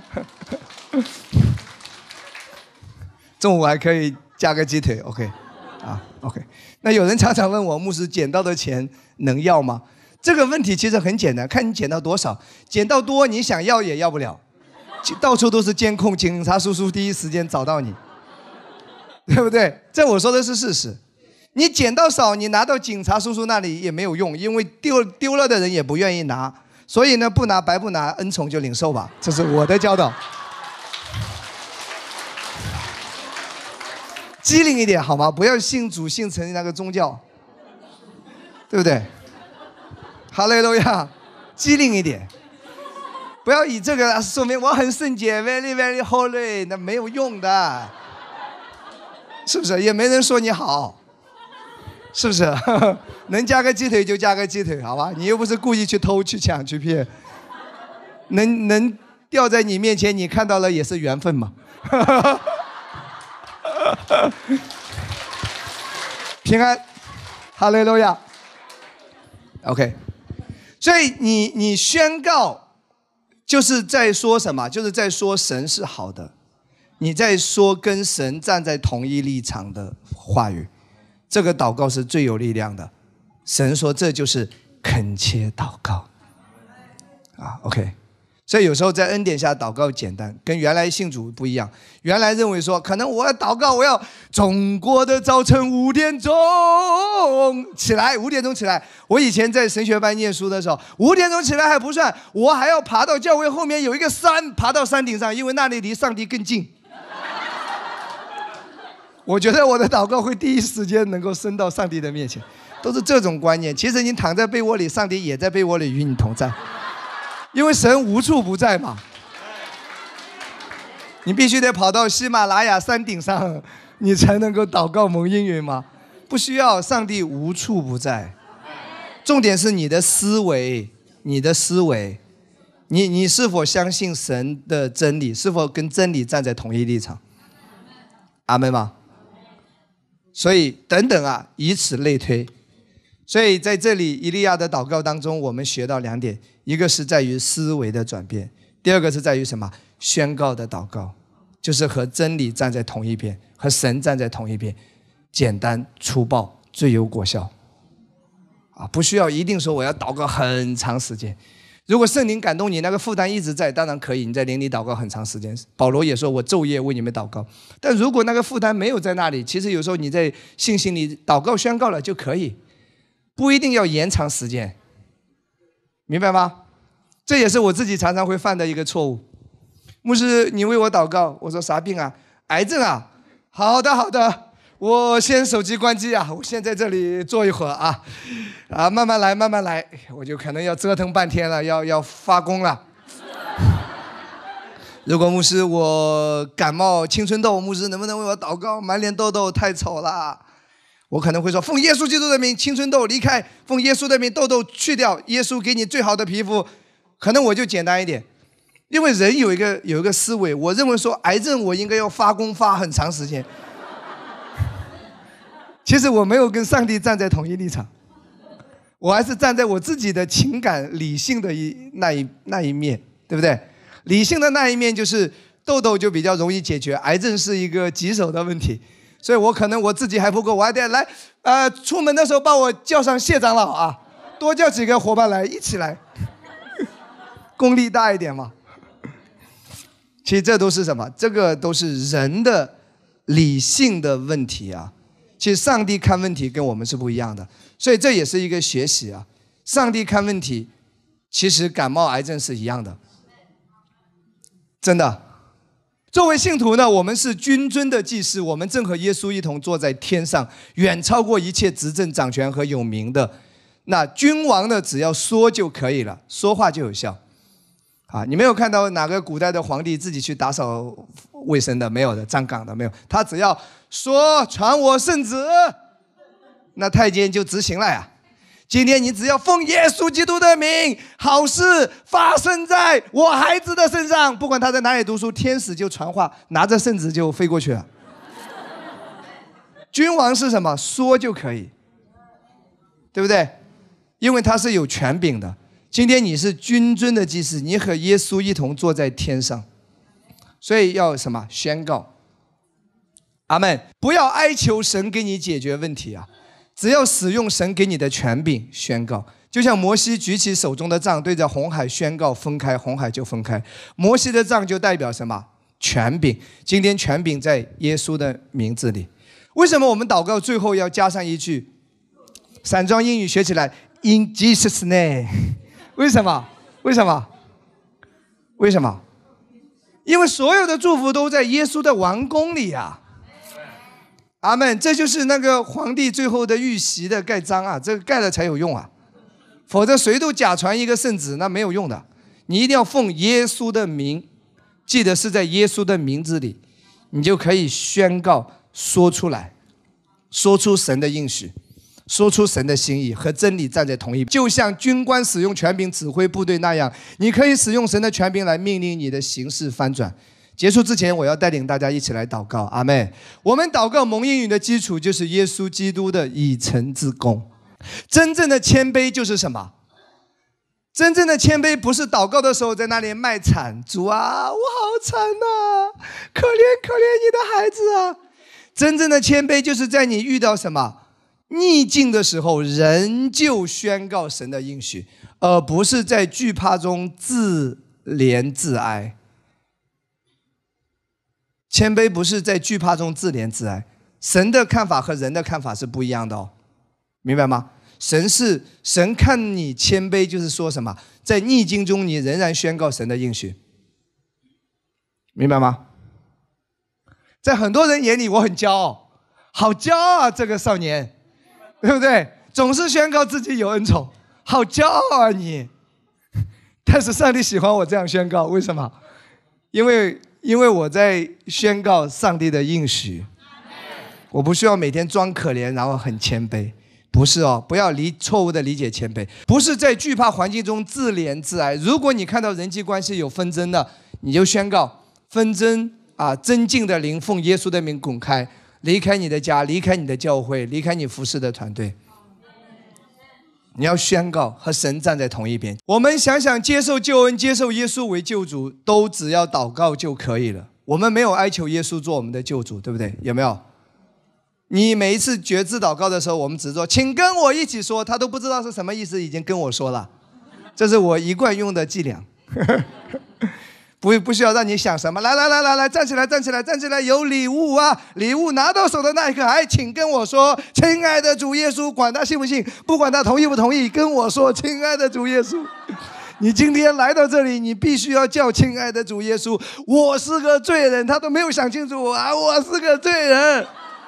中午还可以加个鸡腿 ，OK， 啊 ，OK。那有人常常问我，牧师，捡到的钱能要吗？这个问题其实很简单，看你捡到多少，捡到多你想要也要不了，到处都是监控，警察叔叔第一时间找到你，对不对？这我说的是事实。你捡到少，你拿到警察叔叔那里也没有用，因为丢丢了的人也不愿意拿，所以呢，不拿白不拿，恩宠就领受吧，这是我的教导。机灵一点好吗？不要信主信成那个宗教，对不对？哈利路亚，机灵一点，不要以这个说明我很圣洁 ，very very holy， 那没有用的，是不是？也没人说你好。是不是？能加个鸡腿就加个鸡腿，好吧？你又不是故意去偷、去抢、去骗，能能掉在你面前，你看到了也是缘分嘛。平安，哈利路亚。OK， 所以你你宣告，就是在说什么？就是在说神是好的，你在说跟神站在同一立场的话语。这个祷告是最有力量的，神说这就是恳切祷告啊 ，OK。所以有时候在恩典下祷告简单，跟原来信主不一样。原来认为说，可能我要祷告，我要中国的早晨五点钟起来，五点钟起来。我以前在神学班念书的时候，五点钟起来还不算，我还要爬到教会后面有一个山，爬到山顶上，因为那里离上帝更近。我觉得我的祷告会第一时间能够升到上帝的面前，都是这种观念。其实你躺在被窝里，上帝也在被窝里与你同在，因为神无处不在嘛。你必须得跑到喜马拉雅山顶上，你才能够祷告蒙应允吗？不需要，上帝无处不在。重点是你的思维，你的思维， 你你是否相信神的真理？是否跟真理站在同一立场？阿们吗？所以等等啊，以此类推。所以在这里以利亚的祷告当中，我们学到两点，一个是在于思维的转变，第二个是在于什么？宣告的祷告，就是和真理站在同一边，和神站在同一边，简单粗暴，最有果效啊！不需要一定说我要祷告很长时间。如果圣灵感动你，那个负担一直在，当然可以，你在灵里祷告很长时间。保罗也说我昼夜为你们祷告，但如果那个负担没有在那里，其实有时候你在信心里祷告宣告了就可以，不一定要延长时间，明白吗？这也是我自己常常会犯的一个错误。牧师，你为我祷告，我说啥病啊？癌症啊？好的好的，我先手机关机啊，我先在这里坐一会儿啊，啊，慢慢来慢慢来，我就可能要折腾半天了，要要发功了。如果牧师我感冒青春痘，牧师能不能为我祷告？满脸痘痘太丑了，我可能会说奉耶稣基督的名，青春痘离开，奉耶稣的名，痘痘去掉，耶稣给你最好的皮肤。可能我就简单一点，因为人有一个有一个思维，我认为说癌症我应该要发功发很长时间。其实我没有跟上帝站在同一立场，我还是站在我自己的情感理性的一那一那一面，对不对？理性的那一面就是痘痘就比较容易解决，癌症是一个棘手的问题，所以我可能我自己还不够，我还得来，呃，出门的时候帮我叫上谢长老啊，多叫几个伙伴来一起来，功力大一点嘛。其实这都是什么？这个都是人的理性的问题啊。其实上帝看问题跟我们是不一样的，所以这也是一个学习啊。上帝看问题，其实感冒癌症是一样的，真的。作为信徒呢，我们是君尊的祭司，我们正和耶稣一同坐在天上，远超过一切执政掌权和有名的。那君王呢，只要说就可以了，说话就有效。啊，你没有看到哪个古代的皇帝自己去打扫卫生的？没有的，站岗的没有。他只要说传我圣旨，那太监就执行了呀。今天你只要奉耶稣基督的名，好事发生在我孩子的身上，不管他在哪里读书，天使就传话，拿着圣旨就飞过去了。君王是什么？说就可以，对不对？因为他是有权柄的。今天你是君尊的祭司，你和耶稣一同坐在天上，所以要什么？宣告。阿们。不要哀求神给你解决问题啊，只要使用神给你的权柄宣告。就像摩西举起手中的杖，对着红海宣告分开，红海就分开。摩西的杖就代表什么？权柄。今天权柄在耶稣的名字里。为什么我们祷告最后要加上一句散装英语学起来 In Jesus' name？为什么？为什么？为什么？因为所有的祝福都在耶稣的王宫里啊！阿们，这就是那个皇帝最后的玉玺的盖章啊，这个盖了才有用啊，否则谁都假传一个圣旨，那没有用的。你一定要奉耶稣的名，记得是在耶稣的名字里，你就可以宣告说出来，说出神的应许。说出神的心意，和真理站在同一边，就像军官使用权柄指挥部队那样，你可以使用神的权柄来命令你的形势翻转。结束之前，我要带领大家一起来祷告。阿们。我们祷告蒙应允的基础就是耶稣基督的以诚之功。真正的谦卑就是什么？真正的谦卑不是祷告的时候在那里卖惨，主啊，我好惨啊，可怜可怜你的孩子啊。真正的谦卑就是在你遇到什么逆境的时候，仍旧宣告神的应许，而不是在惧怕中自怜自哀。谦卑不是在惧怕中自怜自哀，神的看法和人的看法是不一样的哦，明白吗？神是神看你谦卑，就是说什么？在逆境中，你仍然宣告神的应许，明白吗？在很多人眼里，我很骄傲，好骄傲啊，这个少年。对不对？总是宣告自己有恩宠，好骄傲啊你！但是上帝喜欢我这样宣告，为什么？因为因为我在宣告上帝的应许，我不需要每天装可怜，然后很谦卑。 不是哦，不要理错误的理解谦卑，不是在惧怕环境中自怜自哀。如果你看到人际关系有纷争的，你就宣告纷争啊，增进的灵奉耶稣的名滚开，离开你的家，离开你的教会，离开你服侍的团队。你要宣告和神站在同一边。我们想想接受救恩，接受耶稣为救主，都只要祷告就可以了。我们没有哀求耶稣做我们的救主，对不对？有没有？你每一次觉知祷告的时候，我们只说请跟我一起说，他都不知道是什么意思，已经跟我说了。这是我一贯用的伎俩。不不需要让你想什么，来来来来来，站起来站起来站起来，有礼物啊！礼物拿到手的那一刻，还请跟我说，亲爱的主耶稣，管他信不信，不管他同意不同意，跟我说，亲爱的主耶稣。你今天来到这里，你必须要叫亲爱的主耶稣。我是个罪人，他都没有想清楚啊，我是个罪人。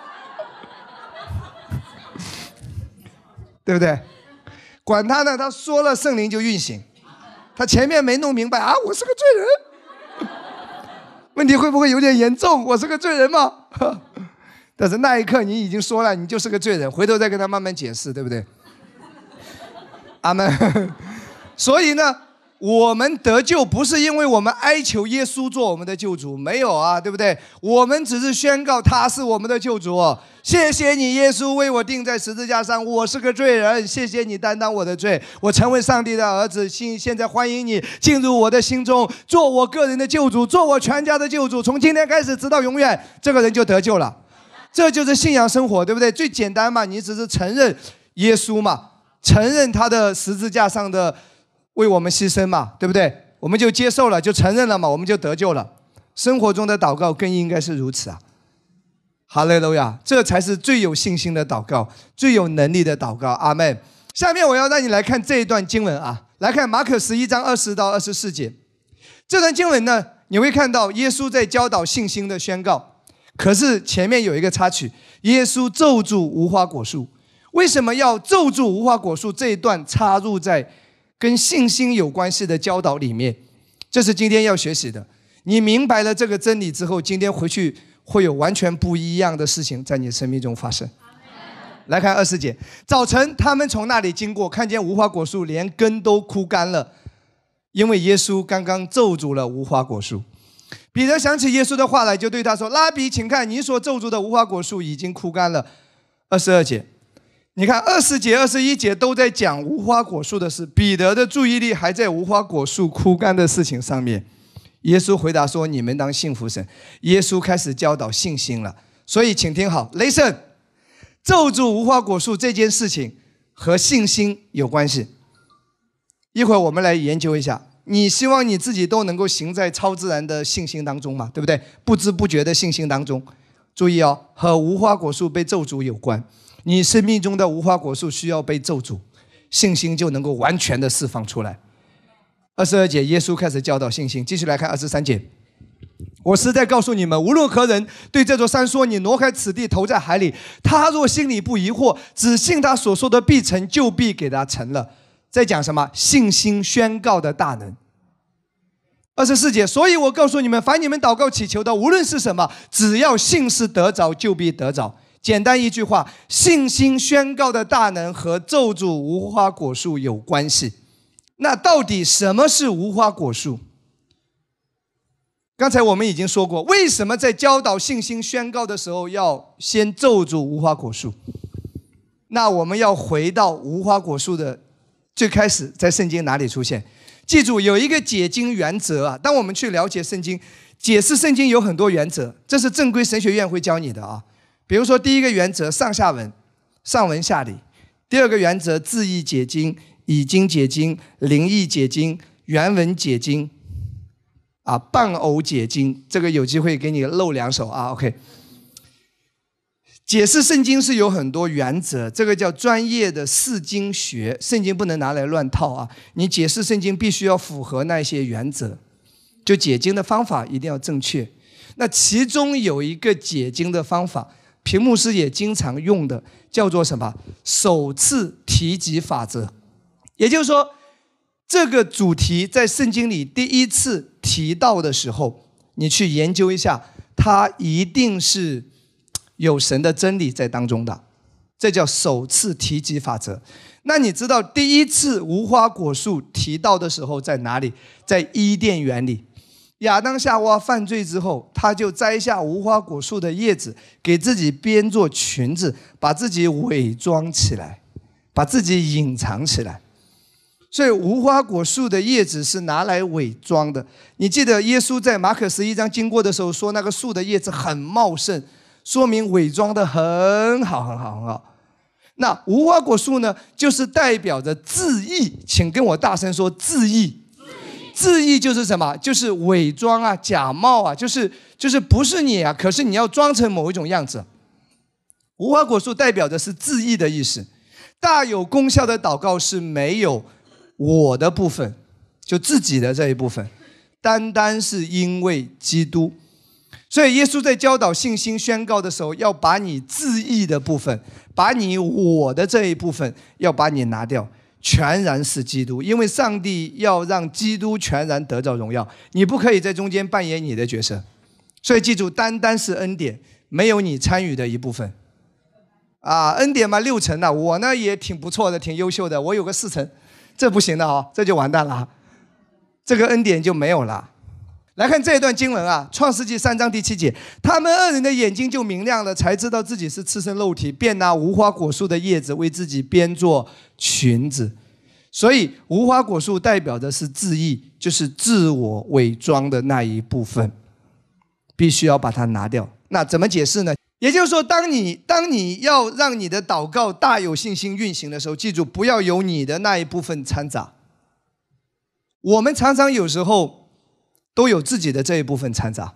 对不对？管他呢，他说了圣灵就运行。他前面没弄明白啊，我是个罪人。问题会不会有点严重？我是个罪人吗？但是那一刻你已经说了，你就是个罪人，回头再跟他慢慢解释，对不对？阿们。所以呢，我们得救不是因为我们哀求耶稣做我们的救主，没有啊，对不对？我们只是宣告他是我们的救主。谢谢你，耶稣为我钉在十字架上，我是个罪人，谢谢你担当我的罪，我成为上帝的儿子，现在欢迎你进入我的心中，做我个人的救主，做我全家的救主，从今天开始直到永远，这个人就得救了。这就是信仰生活，对不对？最简单嘛，你只是承认耶稣嘛，承认他的十字架上的为我们牺牲嘛，对不对？我们就接受了，就承认了嘛，我们就得救了。生活中的祷告更应该是如此啊！哈利路亚，这才是最有信心的祷告，最有能力的祷告。阿们。下面我要让你来看这一段经文啊，来看马可十一章二十到二十四节。这段经文呢，你会看到耶稣在教导信心的宣告，可是前面有一个插曲，耶稣咒诅无花果树。为什么要咒诅无花果树？这一段插入在跟信心有关系的教导里面，这是今天要学习的。你明白了这个真理之后，今天回去会有完全不一样的事情在你生命中发生。来看二十节，早晨他们从那里经过，看见无花果树连根都枯干了，因为耶稣刚刚咒诅了无花果树。彼得想起耶稣的话来，就对他说：拉比，请看，你所咒诅的无花果树已经枯干了。二十二节，你看二十节、二十一节都在讲无花果树的事，彼得的注意力还在无花果树枯干的事情上面。耶稣回答说：你们当信服神。耶稣开始教导信心了。所以请听好 ，Listen， 咒诅无花果树这件事情和信心有关系。一会儿我们来研究一下。你希望你自己都能够行在超自然的信心当中嘛，对不对？不知不觉的信心当中。注意哦，和无花果树被咒诅有关。你生命中的无花果树需要被咒诅，信心就能够完全的释放出来。二十二节，耶稣开始教导信心。继续来看二十三节，我实在告诉你们，无论何人对这座山说，你挪开此地投在海里，他若心里不疑惑，只信他所说的必成，就必给他成了。在讲什么？信心宣告的大能。二十四节，所以我告诉你们，凡你们祷告祈求的，无论是什么，只要信是得着，就必得着。简单一句话，信心宣告的大能和咒诅无花果树有关系。那到底什么是无花果树？刚才我们已经说过，为什么在教导信心宣告的时候要先咒诅无花果树？那我们要回到无花果树的最开始，在圣经哪里出现？记住，有一个解经原则啊。当我们去了解圣经，解释圣经有很多原则，这是正规神学院会教你的啊。比如说，第一个原则上下文，上文下理；第二个原则字义解经，以经解经，灵意解经，原文解经，啊，半偶解经。这个有机会给你露两手啊。OK。解释圣经是有很多原则，这个叫专业的释经学，圣经不能拿来乱套啊！你解释圣经必须要符合那些原则，就解经的方法一定要正确。那其中有一个解经的方法，平牧师也经常用的，叫做什么？首次提及法则。也就是说，这个主题在圣经里第一次提到的时候，你去研究一下，它一定是有神的真理在当中的， 这叫首次提及法则。那你知道第一次无花果树提到的时候在哪里？在伊甸园里。亚当夏娃犯罪之后，他就摘下无花果树的叶子，给自己编做裙子，把自己伪装起来，把自己隐藏起来。所以无花果树的叶子是拿来伪装的。你记得耶稣在马可十一章经过的时候说，那个树的叶子很茂盛，说明伪装的很好很好很好。那无花果树呢，就是代表着自义，请跟我大声说自义。自义就是什么？就是伪装啊，假冒啊，就是就是不是你啊，可是你要装成某一种样子。无花果树代表的是自义的意思。大有功效的祷告是没有我的部分，就自己的这一部分，单单是因为基督。所以耶稣在教导信心宣告的时候，要把你自义的部分，把你我的这一部分，要把你拿掉，全然是基督。因为上帝要让基督全然得着荣耀，你不可以在中间扮演你的角色。所以记住，单单是恩典，没有你参与的一部分。啊，恩典嘛，六成啊，我呢也挺不错的，挺优秀的，我有个四成，这不行的啊，这就完蛋了，这个恩典就没有了。来看这一段经文啊，创世纪三章第七节，他们二人的眼睛就明亮了，才知道自己是赤身肉体，便拿无花果树的叶子为自己编做裙子。所以无花果树代表的是自义，就是自我伪装的那一部分，必须要把它拿掉。那怎么解释呢？也就是说，当你当你要让你的祷告大有信心运行的时候，记住不要有你的那一部分掺杂。我们常常有时候都有自己的这一部分掺杂。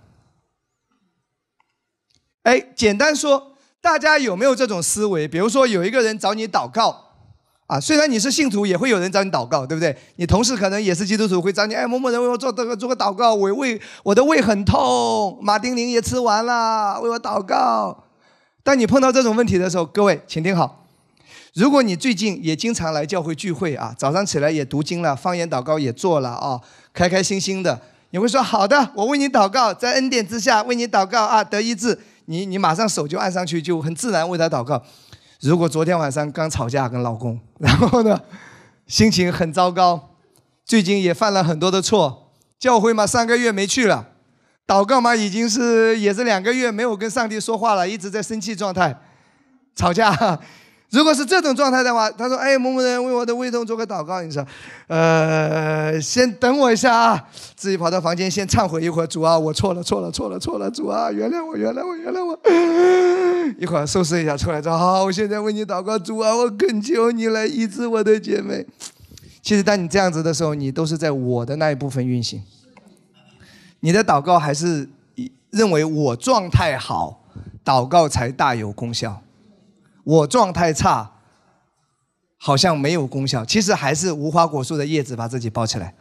哎，简单说，大家有没有这种思维？比如说有一个人找你祷告啊，虽然你是信徒，也会有人找你祷告，对不对？你同事可能也是基督徒，会找你，哎，某某人为我做这个做个祷告，我胃我的胃很痛，马丁宁也吃完了，为我祷告。当你碰到这种问题的时候，各位请听好，如果你最近也经常来教会聚会啊，早上起来也读经了，方言祷告也做了啊，开开心心的，你会说好的，我为你祷告，在恩典之下为你祷告啊，得医治，你你马上手就按上去，就很自然为他祷告。如果昨天晚上刚吵架跟老公，然后呢心情很糟糕，最近也犯了很多的错，教会嘛三个月没去了，祷告嘛已经是也是两个月没有跟上帝说话了，一直在生气状态，吵架。如果是这种状态的话，他说：“哎，某某人为我的胃痛做个祷告。”你说：“呃，先等我一下啊。”自己跑到房间先忏悔一会儿，主啊，我错了，错了，错了，错了，主啊，原谅我，原谅我，原谅我。一会儿收拾一下，出来说：“好，我现在为你祷告，主啊，我恳求你来医治我的姐妹。”其实，当你这样子的时候，你都是在我的那一部分运行。你的祷告还是认为我状态好，祷告才大有功效。我状态差，好像没有功效，其实还是无花果树的叶子把自己包起来，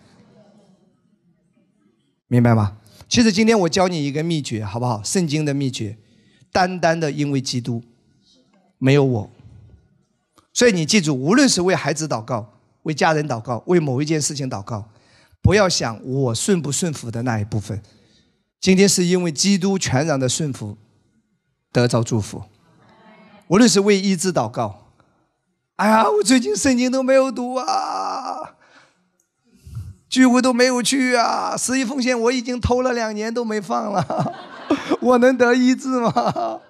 明白吗？其实今天我教你一个秘诀，好不好？圣经的秘诀，单单的因为基督，没有我。所以你记住，无论是为孩子祷告，为家人祷告，为某一件事情祷告，不要想我顺不顺服的那一部分。今天是因为基督全然的顺服，得着祝福。无论是为医治祷告，哎呀，我最近圣经都没有读啊，聚会都没有去啊，十一奉献我已经偷了两年都没放了，我能得医治吗？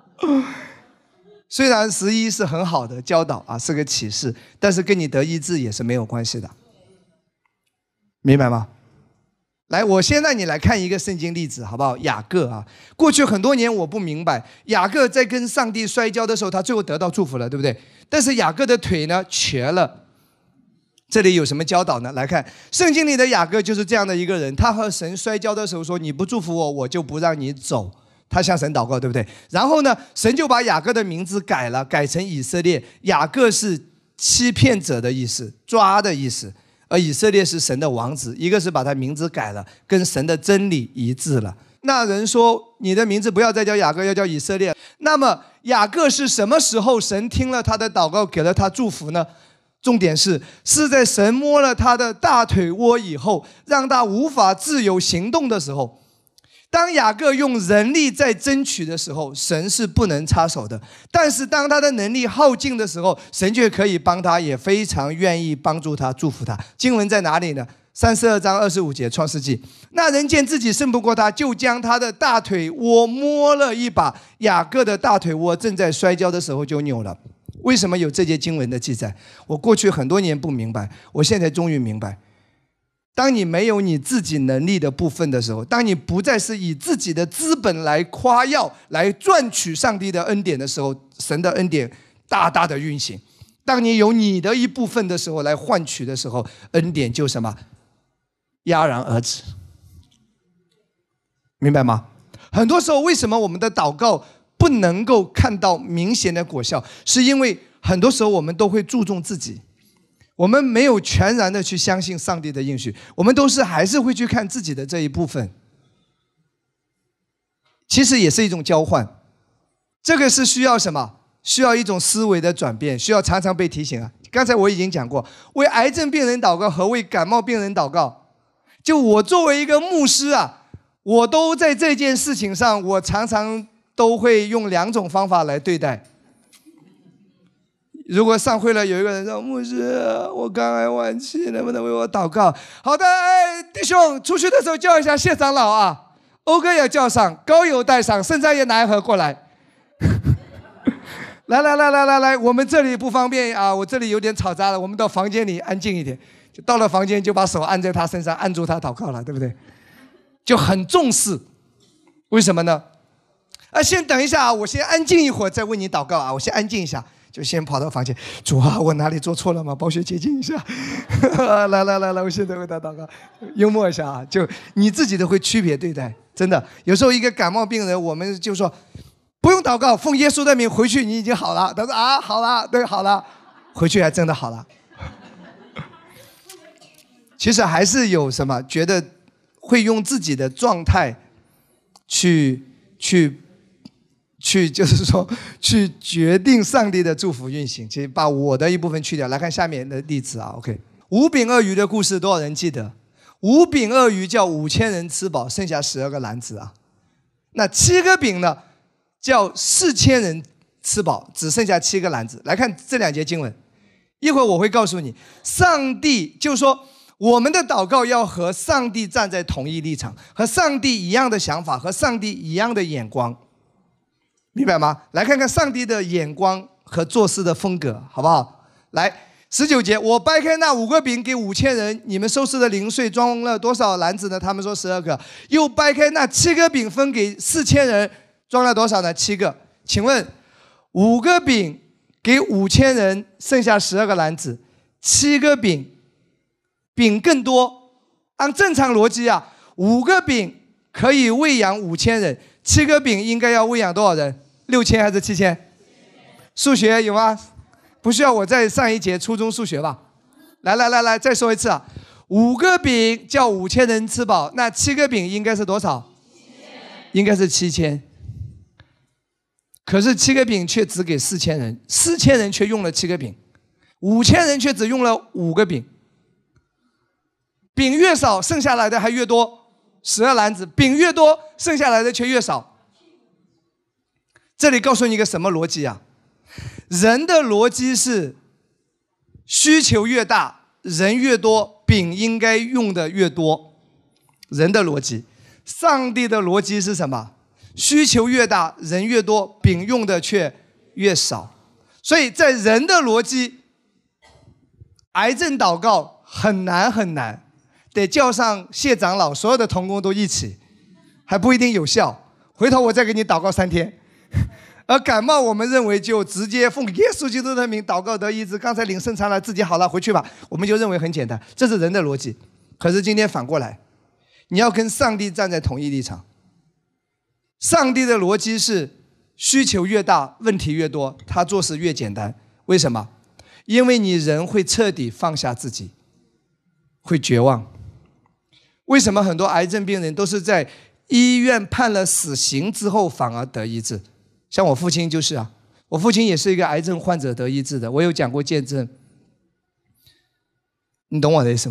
虽然十一是很好的教导啊，是个启示，但是跟你得医治也是没有关系的，明白吗？来，我先让你来看一个圣经例子，好不好？雅各啊，过去很多年我不明白，雅各在跟上帝摔跤的时候，他最后得到祝福了，对不对？但是雅各的腿呢瘸了，这里有什么教导呢？来看圣经里的雅各就是这样的一个人，他和神摔跤的时候说：“你不祝福我，我就不让你走。”他向神祷告，对不对？然后呢，神就把雅各的名字改了，改成以色列。雅各是欺骗者的意思，抓的意思。而以色列是神的王子，一个是把他名字改了，跟神的真理一致了。那人说你的名字不要再叫雅各，要叫以色列。那么雅各是什么时候神听了他的祷告，给了他祝福呢？重点是是在神摸了他的大腿窝以后，让他无法自由行动的时候。 当雅各用人力在争取的时候，神是不能插手的。但是当他的能力耗尽的时候，神却可以帮他，也非常愿意帮助他，祝福他。经文在哪里呢？三十二章二十五节，创世纪。那人见自己胜不过他，就将他的大腿窝摸了一把。雅各的大腿窝正在摔跤的时候就扭了。为什么有这节经文的记载？我过去很多年不明白，我现在终于明白。当你没有你自己能力的部分的时候，当你不再是以自己的资本来夸耀、来赚取上帝的恩典的时候，神的恩典大大的运行。当你有你的一部分的时候来换取的时候，恩典就什么？戛然而止。明白吗？很多时候为什么我们的祷告不能够看到明显的果效，是因为很多时候我们都会注重自己，我们没有全然的去相信上帝的应许，我们都是还是会去看自己的这一部分。其实也是一种交换，这个是需要什么？需要一种思维的转变，需要常常被提醒啊。刚才我已经讲过，为癌症病人祷告和为感冒病人祷告，就我作为一个牧师啊，我都在这件事情上，我常常都会用两种方法来对待。如果上会了，有一个人说：“牧师，我肝癌晚期，能不能为我祷告？”好的，哎，弟兄，出去的时候叫一下谢长老啊，欧哥也叫上，高友带上，圣餐也拿一盒过来。来来来来来来，我们这里不方便啊，我这里有点吵杂了，我们到房间里安静一点。就到了房间，就把手按在他身上，按住他祷告了，对不对？就很重视，为什么呢？啊，先等一下啊，我先安静一会儿再为你祷告啊，我先安静一下。就先跑到房间，主啊，我哪里做错了吗？宝血洁净一下。来来来来，我现在为他祷告，幽默一下啊，就你自己都会区别对待，真的。有时候一个感冒病人，我们就说不用祷告，奉耶稣的名回去，你已经好了。他说啊，好了，对，好了，回去还真的好了。其实还是有什么觉得会用自己的状态去去。去就是说，去决定上帝的祝福运行。其实把我的一部分去掉，来看下面的例子啊。OK， 五饼二鱼的故事，多少人记得？五饼二鱼叫五千人吃饱，剩下十二个篮子啊。那七个饼呢，叫四千人吃饱，只剩下七个篮子。来看这两节经文，一会儿我会告诉你，上帝就是说，我们的祷告要和上帝站在同一立场，和上帝一样的想法，和上帝一样的眼光。明白吗？来看看上帝的眼光和做事的风格，好不好？来，十九节，我掰开那五个饼给五千人，你们收拾的零碎装了多少篮子呢？他们说十二个。又掰开那七个饼分给四千人，装了多少呢？七个。请问，五个饼给五千人，剩下十二个篮子，七个饼，饼更多。按正常逻辑啊，五个饼可以喂养五千人，七个饼应该要喂养多少人？六千还是七千？数学有吗？不需要我再上一节初中数学吧？来来来来，再说一次啊！五个饼叫五千人吃饱，那七个饼应该是多少？应该是七千。可是七个饼却只给四千人，四千人却用了七个饼，五千人却只用了五个饼。饼越少，剩下来的还越多，十二篮子；饼越多，剩下来的却越少。这里告诉你一个什么逻辑啊？人的逻辑是，需求越大，人越多，饼应该用的越多。人的逻辑，上帝的逻辑是什么？需求越大，人越多，饼用的却越少。所以在人的逻辑，癌症祷告很难很难，得叫上谢长老，所有的同工都一起，还不一定有效。回头我再给你祷告三天。而感冒，我们认为就直接奉耶稣基督的名祷告得医治。刚才领圣餐了，自己好了，回去吧。我们就认为很简单，这是人的逻辑。可是今天反过来，你要跟上帝站在同一立场。上帝的逻辑是，需求越大，问题越多，他做事越简单。为什么？因为你人会彻底放下自己，会绝望。为什么很多癌症病人都是在医院判了死刑之后反而得医治？像我父亲就是啊，我父亲也是一个癌症患者得医治的，我有讲过见证，你懂我的意思吗？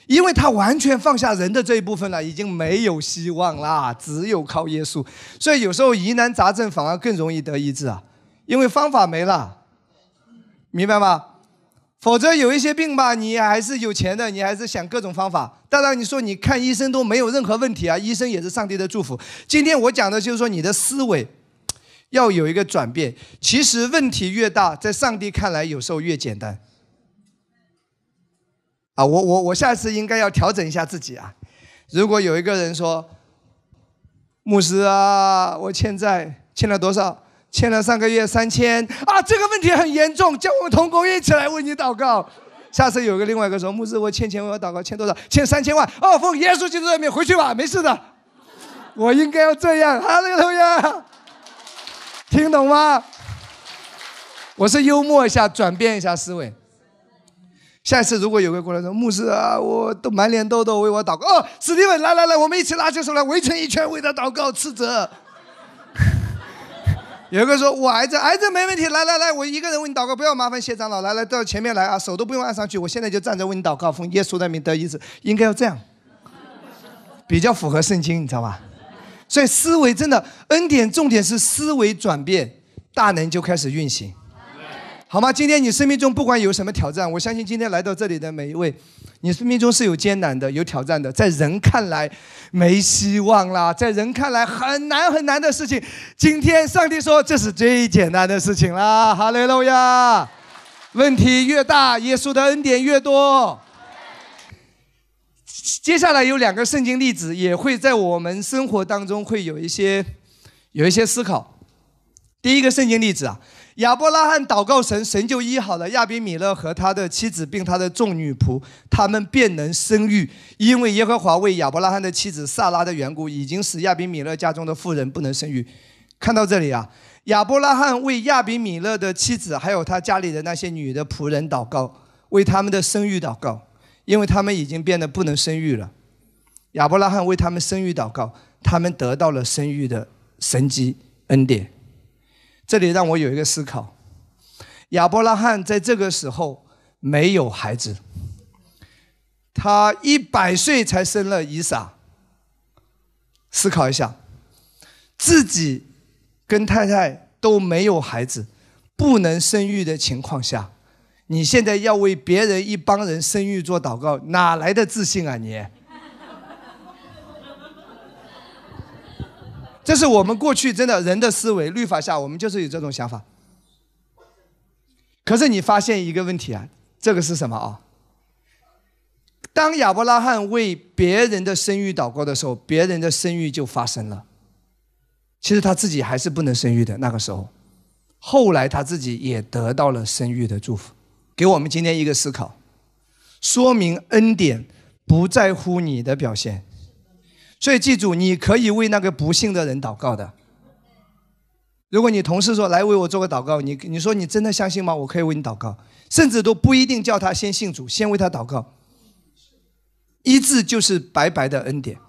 因为他完全放下人的这一部分了，已经没有希望啦，只有靠耶稣。所以有时候疑难杂症反而更容易得医治啊，因为方法没了，明白吗？否则有一些病吧，你还是有钱的，你还是想各种方法。当然你说你看医生都没有任何问题啊，医生也是上帝的祝福。今天我讲的就是说你的思维要有一个转变。其实问题越大，在上帝看来有时候越简单。啊，我我我下次应该要调整一下自己啊！如果有一个人说，牧师啊，我欠债，欠了多少？欠了上个月三千啊，这个问题很严重，叫我们同工一起来为你祷告。下次有个另外一个说，牧师，我欠钱，我要祷告，欠多少？欠三千万。哦，奉耶稣基督的名回去吧，没事的。我应该要这样，哈利路亚，听懂吗？我是幽默一下，转变一下思维。下一次如果有个过来说，牧师啊，我都满脸痘痘，为我祷告。哦，史蒂文，来来来，我们一起拿起手来，围成一圈，为他祷告，斥责。有一个说，我癌症，癌症没问题，来来来，我一个人为你祷告，不要麻烦谢长老，来来到前面来啊，手都不用按上去，我现在就站着为你祷告，奉耶稣的名得医治，应该要这样，比较符合圣经，你知道吧？所以思维真的，恩典重点是思维转变，大能就开始运行。好吗？今天你生命中不管有什么挑战，我相信今天来到这里的每一位，你生命中是有艰难的，有挑战的，在人看来没希望啦，在人看来很难很难的事情，今天上帝说这是最简单的事情啦，哈利路亚！问题越大，耶稣的恩典越多。接下来有两个圣经例子，也会在我们生活当中会有一些有一些思考。第一个圣经例子啊，亚伯拉罕祷告神，神就医好了亚比米勒和他的妻子并他的众女仆，他们便能生育，因为耶和华为亚伯拉罕的妻子撒拉的缘故，已经使亚比米勒家中的妇人不能生育。看到这里啊，亚伯拉罕为亚比米勒的妻子还有他家里的那些女的仆人祷告，为他们的生育祷告，因为他们已经变得不能生育了。亚伯拉罕为他们生育祷告，他们得到了生育的神迹恩典。这里让我有一个思考，亚伯拉罕在这个时候没有孩子，他一百岁才生了以撒。思考一下，自己跟太太都没有孩子，不能生育的情况下，你现在要为别人一帮人生育做祷告，哪来的自信啊你？这是我们过去真的人的思维，律法下我们就是有这种想法。可是你发现一个问题啊，这个是什么啊？当亚伯拉罕为别人的生育祷告的时候，别人的生育就发生了。其实他自己还是不能生育的那个时候，后来他自己也得到了生育的祝福。给我们今天一个思考，说明恩典不在乎你的表现。所以记住，你可以为那个不幸的人祷告的。如果你同事说来为我做个祷告，你你说你真的相信吗？我可以为你祷告，甚至都不一定叫他先信主，先为他祷告。医治就是白白的恩典，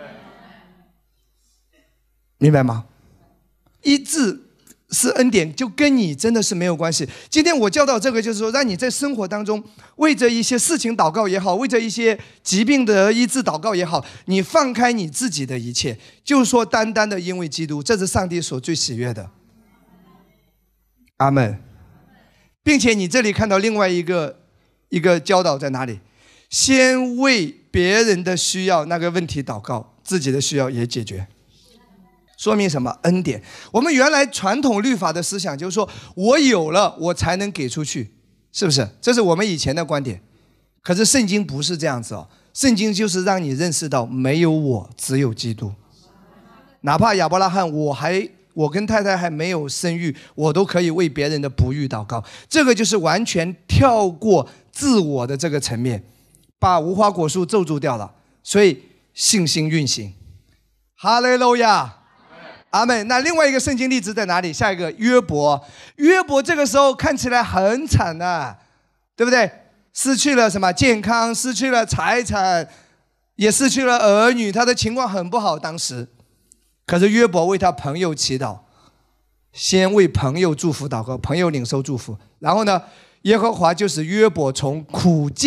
明白吗？医治是恩典，就跟你真的是没有关系。今天我教导这个，就是说让你在生活当中为着一些事情祷告也好，为着一些疾病的医治祷告也好，你放开你自己的一切，就是说单单的因为基督，这是上帝所最喜悦的。阿们。并且你这里看到另外一个一个教导在哪里？先为别人的需要那个问题祷告，自己的需要也解决。说明什么？恩典。我们原来传统律法的思想就是说，我有了我才能给出去，是不是？这是我们以前的观点。可是圣经不是这样子哦，圣经就是让你认识到没有我，只有基督。哪怕亚伯拉罕，我还我跟太太还没有生育，我都可以为别人的不育祷告。这个就是完全跳过自我的这个层面，把无花果树咒住掉了。所以信心运行。哈利路亚。阿们。那另外一个圣经例子在哪里？下一个约伯。约伯这个时候看起来很惨啊，对不对？失去了什么健康，失去了财产，也失去了儿女，他的情况很不好。当时，可是约伯为他朋友祈祷，先为朋友祝福祷告，朋友领受祝福，然后呢，耶和华就使约伯从苦境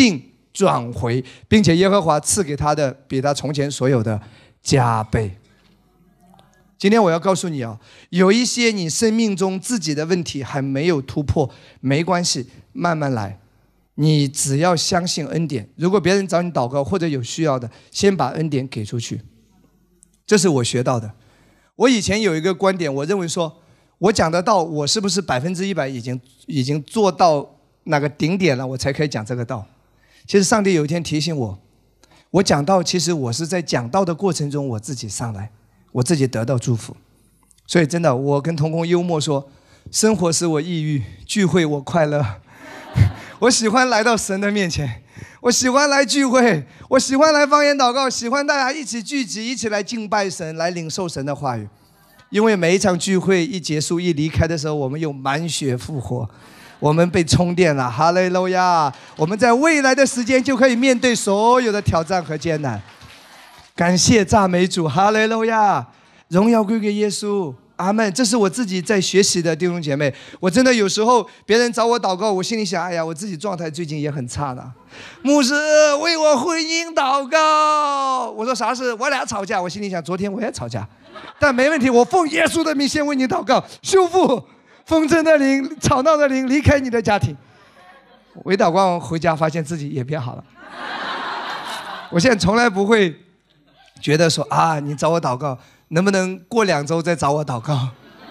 转回，并且耶和华赐给他的比他从前所有的加倍。今天我要告诉你啊，有一些你生命中自己的问题还没有突破，没关系，慢慢来。你只要相信恩典，如果别人找你祷告或者有需要的，先把恩典给出去。这是我学到的。我以前有一个观点，我认为说，我讲的道，我是不是百分之一百已经已经做到那个顶点了，我才可以讲这个道？其实上帝有一天提醒我，我讲道，其实我是在讲道的过程中，我自己上来，我自己得到祝福。所以真的，我跟同工幽默说，生活使我抑郁，聚会我快乐。我喜欢来到神的面前，我喜欢来聚会，我喜欢来方言祷告，喜欢大家一起聚集，一起来敬拜神，来领受神的话语。因为每一场聚会一结束一离开的时候，我们又满血复活，我们被充电了，哈利路亚！我们在未来的时间就可以面对所有的挑战和艰难。感谢赞美主，哈利路亚！荣耀归给耶稣。阿们，这是我自己在学习的弟兄姐妹。我真的有时候别人找我祷告，我心里想，哎呀，我自己状态最近也很差的。牧师为我婚姻祷告，我说啥事？我俩吵架。我心里想，昨天我也吵架，但没问题，我奉耶稣的名先为你祷告，修复纷争的灵、吵闹的灵离开你的家庭。我一祷告回家，发现自己也变好了。我现在从来不会觉得说啊，你找我祷告，能不能过两周再找我祷告？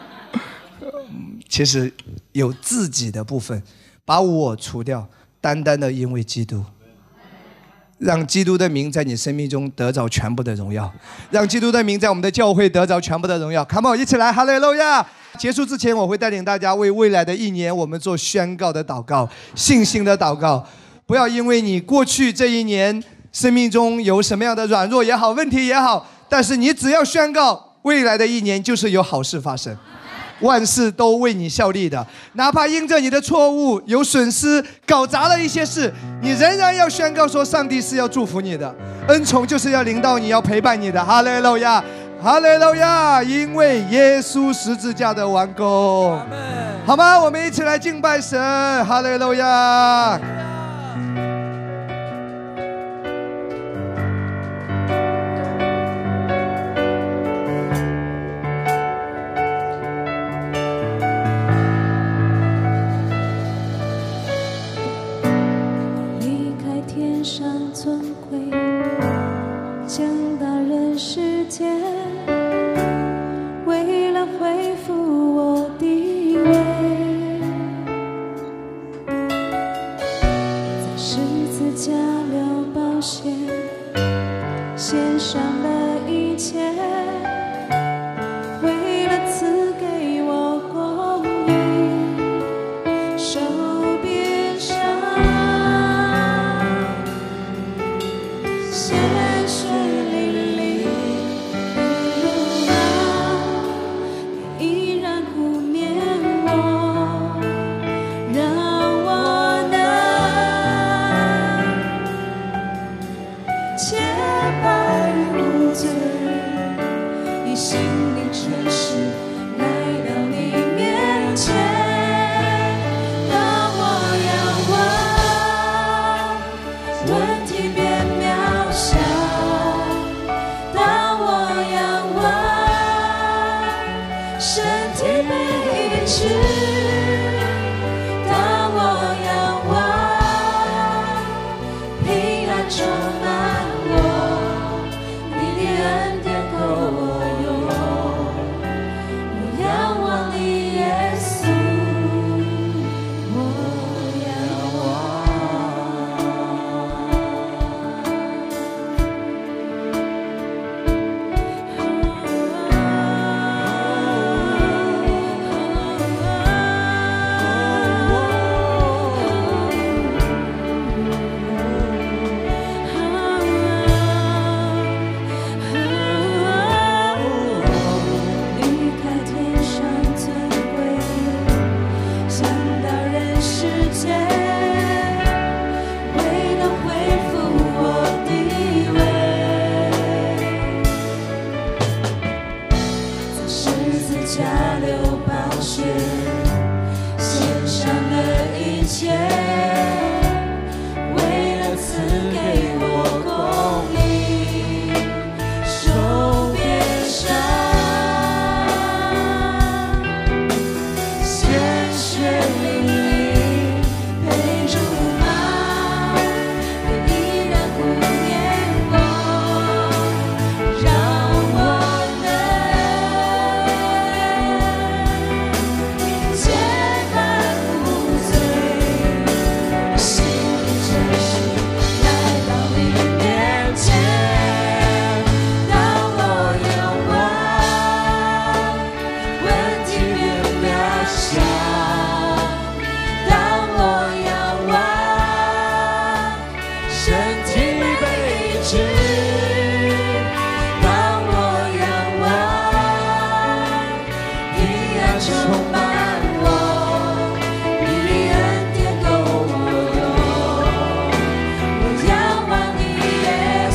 其实有自己的部分，把我除掉，单单的因为基督，让基督的名在你生命中得着全部的荣耀，让基督的名在我们的教会得着全部的荣耀。Come on， 一起来，哈利路亚！结束之前，我会带领大家为未来的一年，我们做宣告的祷告，信心的祷告。不要因为你过去这一年生命中有什么样的软弱也好，问题也好，但是你只要宣告，未来的一年就是有好事发生，万事都为你效力的。哪怕因着你的错误有损失，搞砸了一些事，你仍然要宣告说，上帝是要祝福你的，恩宠就是要领导你，要陪伴你的。哈利路亚，哈利路亚！因为耶稣十字架的完工，好吗？我们一起来敬拜神，哈利路亚！ 为了恢复我的位，在十字架了宝血，献上了一切，为了赐给我公义，手边上鲜血淋漓。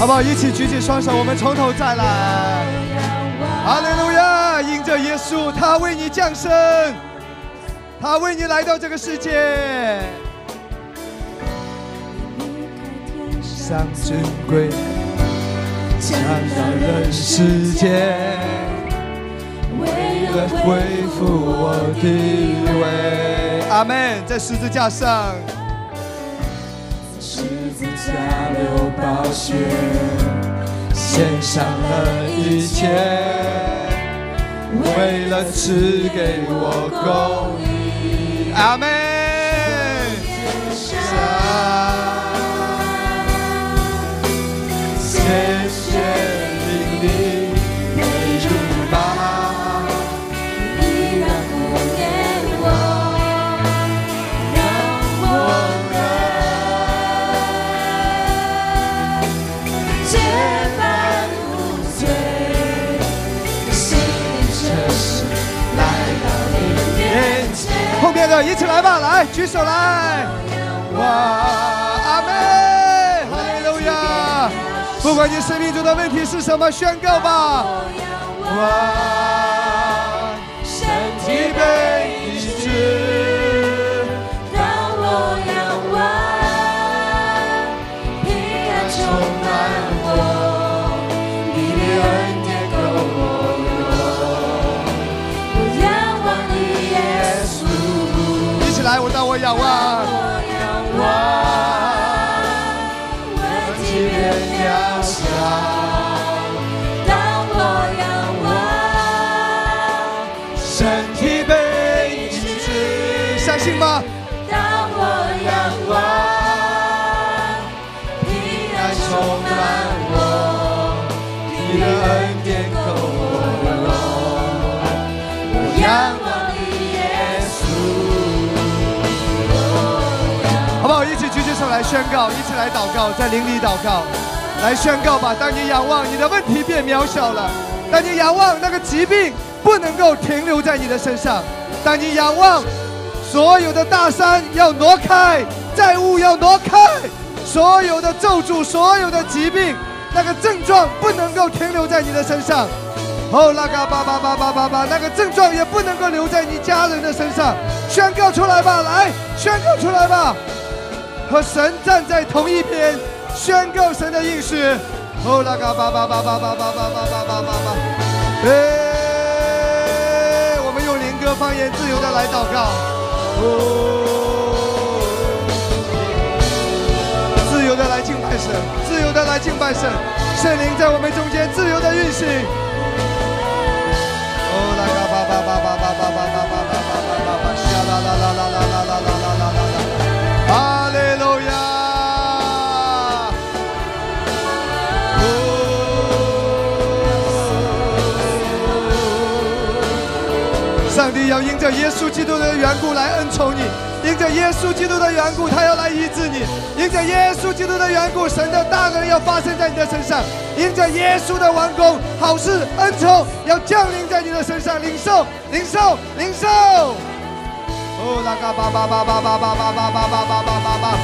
好不好？一起举起双手，我们从头再来。哈利路亚！因着耶稣，他为你降生，他为你来到这个世界。上尊贵，降到人世间，为了恢复我地位。阿门！在十字架上，十字架流宝血，献上了一切，为了赐给我公义。阿门！谢谢灵力被拥抱，依然顾念我，让我能洁白无罪，心灵诚实来到你面前。后面的一起来吧，来举手来，哇，阿门，哈利路亚！不管你生命中的问题是什么，宣告吧！哇，身体被医治，让我仰望，平安充满我，你的恩典够我用。我仰望你，耶稣。一起来，我当我仰望，哇！渺小，当我仰望，身体被医治，相信吗？当我仰望，平安充满我，你的恩典够我用。我仰望你，耶稣。好不好？一起举起手来宣告，一起来祷告，在灵里祷告。来宣告吧！当你仰望，你的问题变渺小了；当你仰望，那个疾病不能够停留在你的身上；当你仰望，所有的大山要挪开，债务要挪开，所有的咒诅、所有的疾病，那个症状不能够停留在你的身上。哦，那个叭叭叭叭叭叭，那个症状也不能够留在你家人的身上。宣告出来吧！来，宣告出来吧！和神站在同一边。宣告神的应许，哦，那个叭叭叭叭叭叭叭叭叭叭叭叭，哎，我们用灵歌方言自由的来祷告，哦，自由的来敬拜神，自由的来敬拜神，圣灵在我们中间自由的运行，哦，那个叭叭叭叭叭叭叭叭叭叭叭叭叭，沙啦啦啦啦啦啦啦啦啦啦啦，哈利路亚。上帝要因着耶稣基督的缘故来恩宠你，因着耶稣基督的缘故，他要来医治你；因着耶稣基督的缘故，神的大能要发生在你的身上；因着耶稣的完工，好事恩宠要降临在你的身上，领受，领受，领受。哦，那个叭叭叭叭叭叭叭叭叭叭叭叭叭，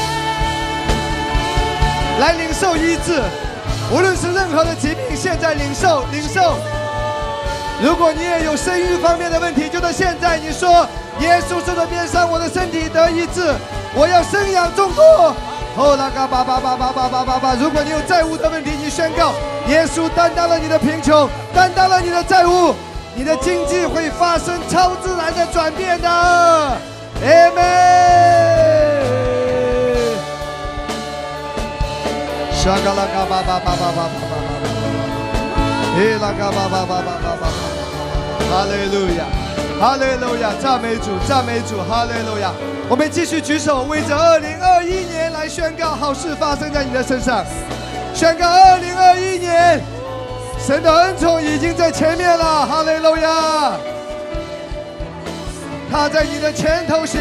来领受医治，无论是任何的疾病，现在领受，领受。如果你也有生育方面的问题，就在现在，你说耶稣受的鞭伤，我的身体得医治，我要生养众多。哦，那个叭叭叭叭叭叭叭叭。如果你有债务的问题，你宣告耶稣担当了你的贫穷，担当了你的债务，你的经济会发生超自然的转变的。阿门。沙嘎拉嘎巴巴巴巴巴巴巴巴，耶拉嘎巴巴巴巴巴巴。哈利路亚，哈利路亚，赞美主，赞美主，哈利路亚！我们继续举手，为着二零二一年来宣告好事发生在你的身上。宣告二零二一年，神的恩宠已经在前面了，哈利路亚！他在你的前头行。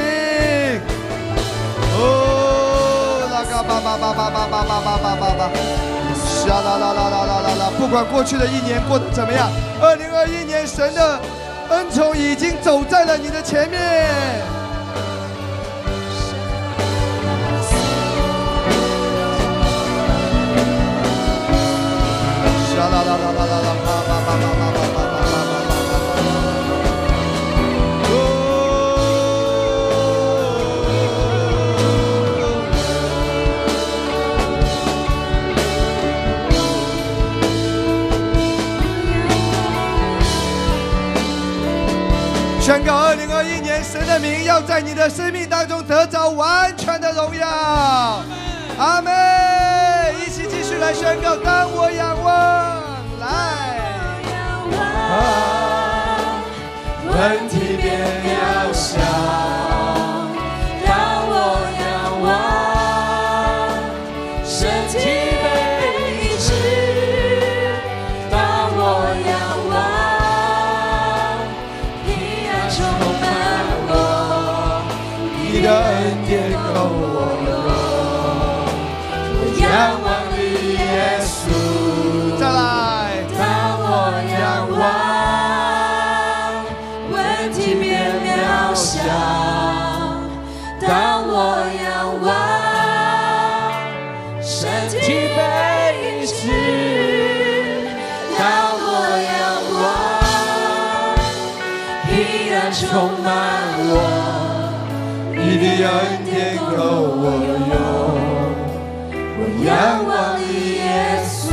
哦，那个叭叭叭叭叭叭叭叭叭叭。啦啦啦啦啦啦啦啦！不管过去的一年过得怎么样，二零二一年神的恩宠已经走在了你的前面。 宣告二零二一年神的名要在你的生命当中得着完全的荣耀。阿们！一起继续来宣告，当我仰望，来， 问题变渺小，当我仰望，身体被医治，当我仰望，平安充满我， 你的恩典够我用，我仰望你耶稣。再来， 当我仰望。当我仰望，身体被医治；当我仰望，平安充满我，你的恩典够我用。我仰望你，耶稣，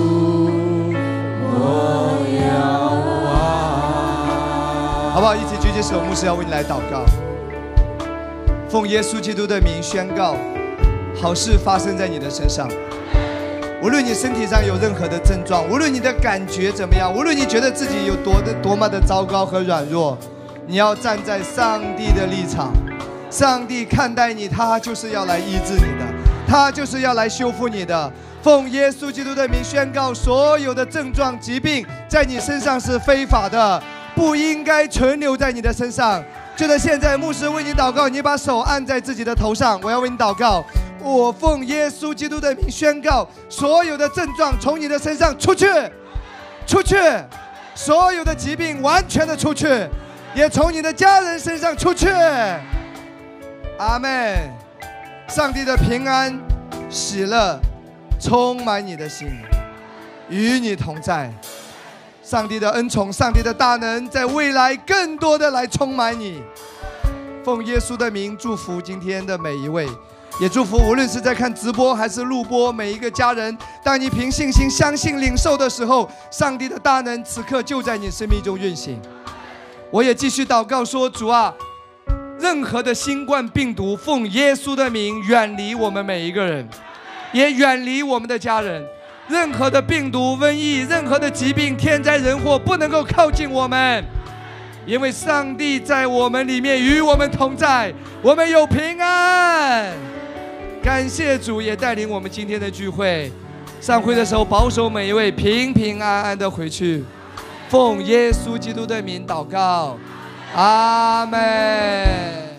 我仰望。 好不好？一起举起手，牧师要为你来祷告。奉耶稣基督的名宣告，好事发生在你的身上。无论你身体上有任何的症状，无论你的感觉怎么样，无论你觉得自己有多的多么的糟糕和软弱，你要站在上帝的立场。上帝看待你，他就是要来医治你的，他就是要来修复你的。奉耶稣基督的名宣告，所有的症状疾病在你身上是非法的，不应该存留在你的身上。就在现在，牧师为你祷告，你把手按在自己的头上，我要为你祷告。我奉耶稣基督的名宣告，所有的症状从你的身上出去，出去，所有的疾病完全的出去，也从你的家人身上出去。阿们。上帝的平安、喜乐充满你的心，与你同在。上帝的恩宠，上帝的大能，在未来更多的来充满你。奉耶稣的名祝福今天的每一位，也祝福无论是在看直播还是录播每一个家人。当你凭信心相信领受的时候，上帝的大能此刻就在你生命中运行。我也继续祷告说，主啊，任何的新冠病毒奉耶稣的名远离我们每一个人，也远离我们的家人。任何的病毒、瘟疫、任何的疾病、天灾人祸不能够靠近我们，因为上帝在我们里面与我们同在，我们有平安。感谢主，也带领我们今天的聚会。上会的时候，保守每一位平平安安的回去。奉耶稣基督的名祷告，阿们。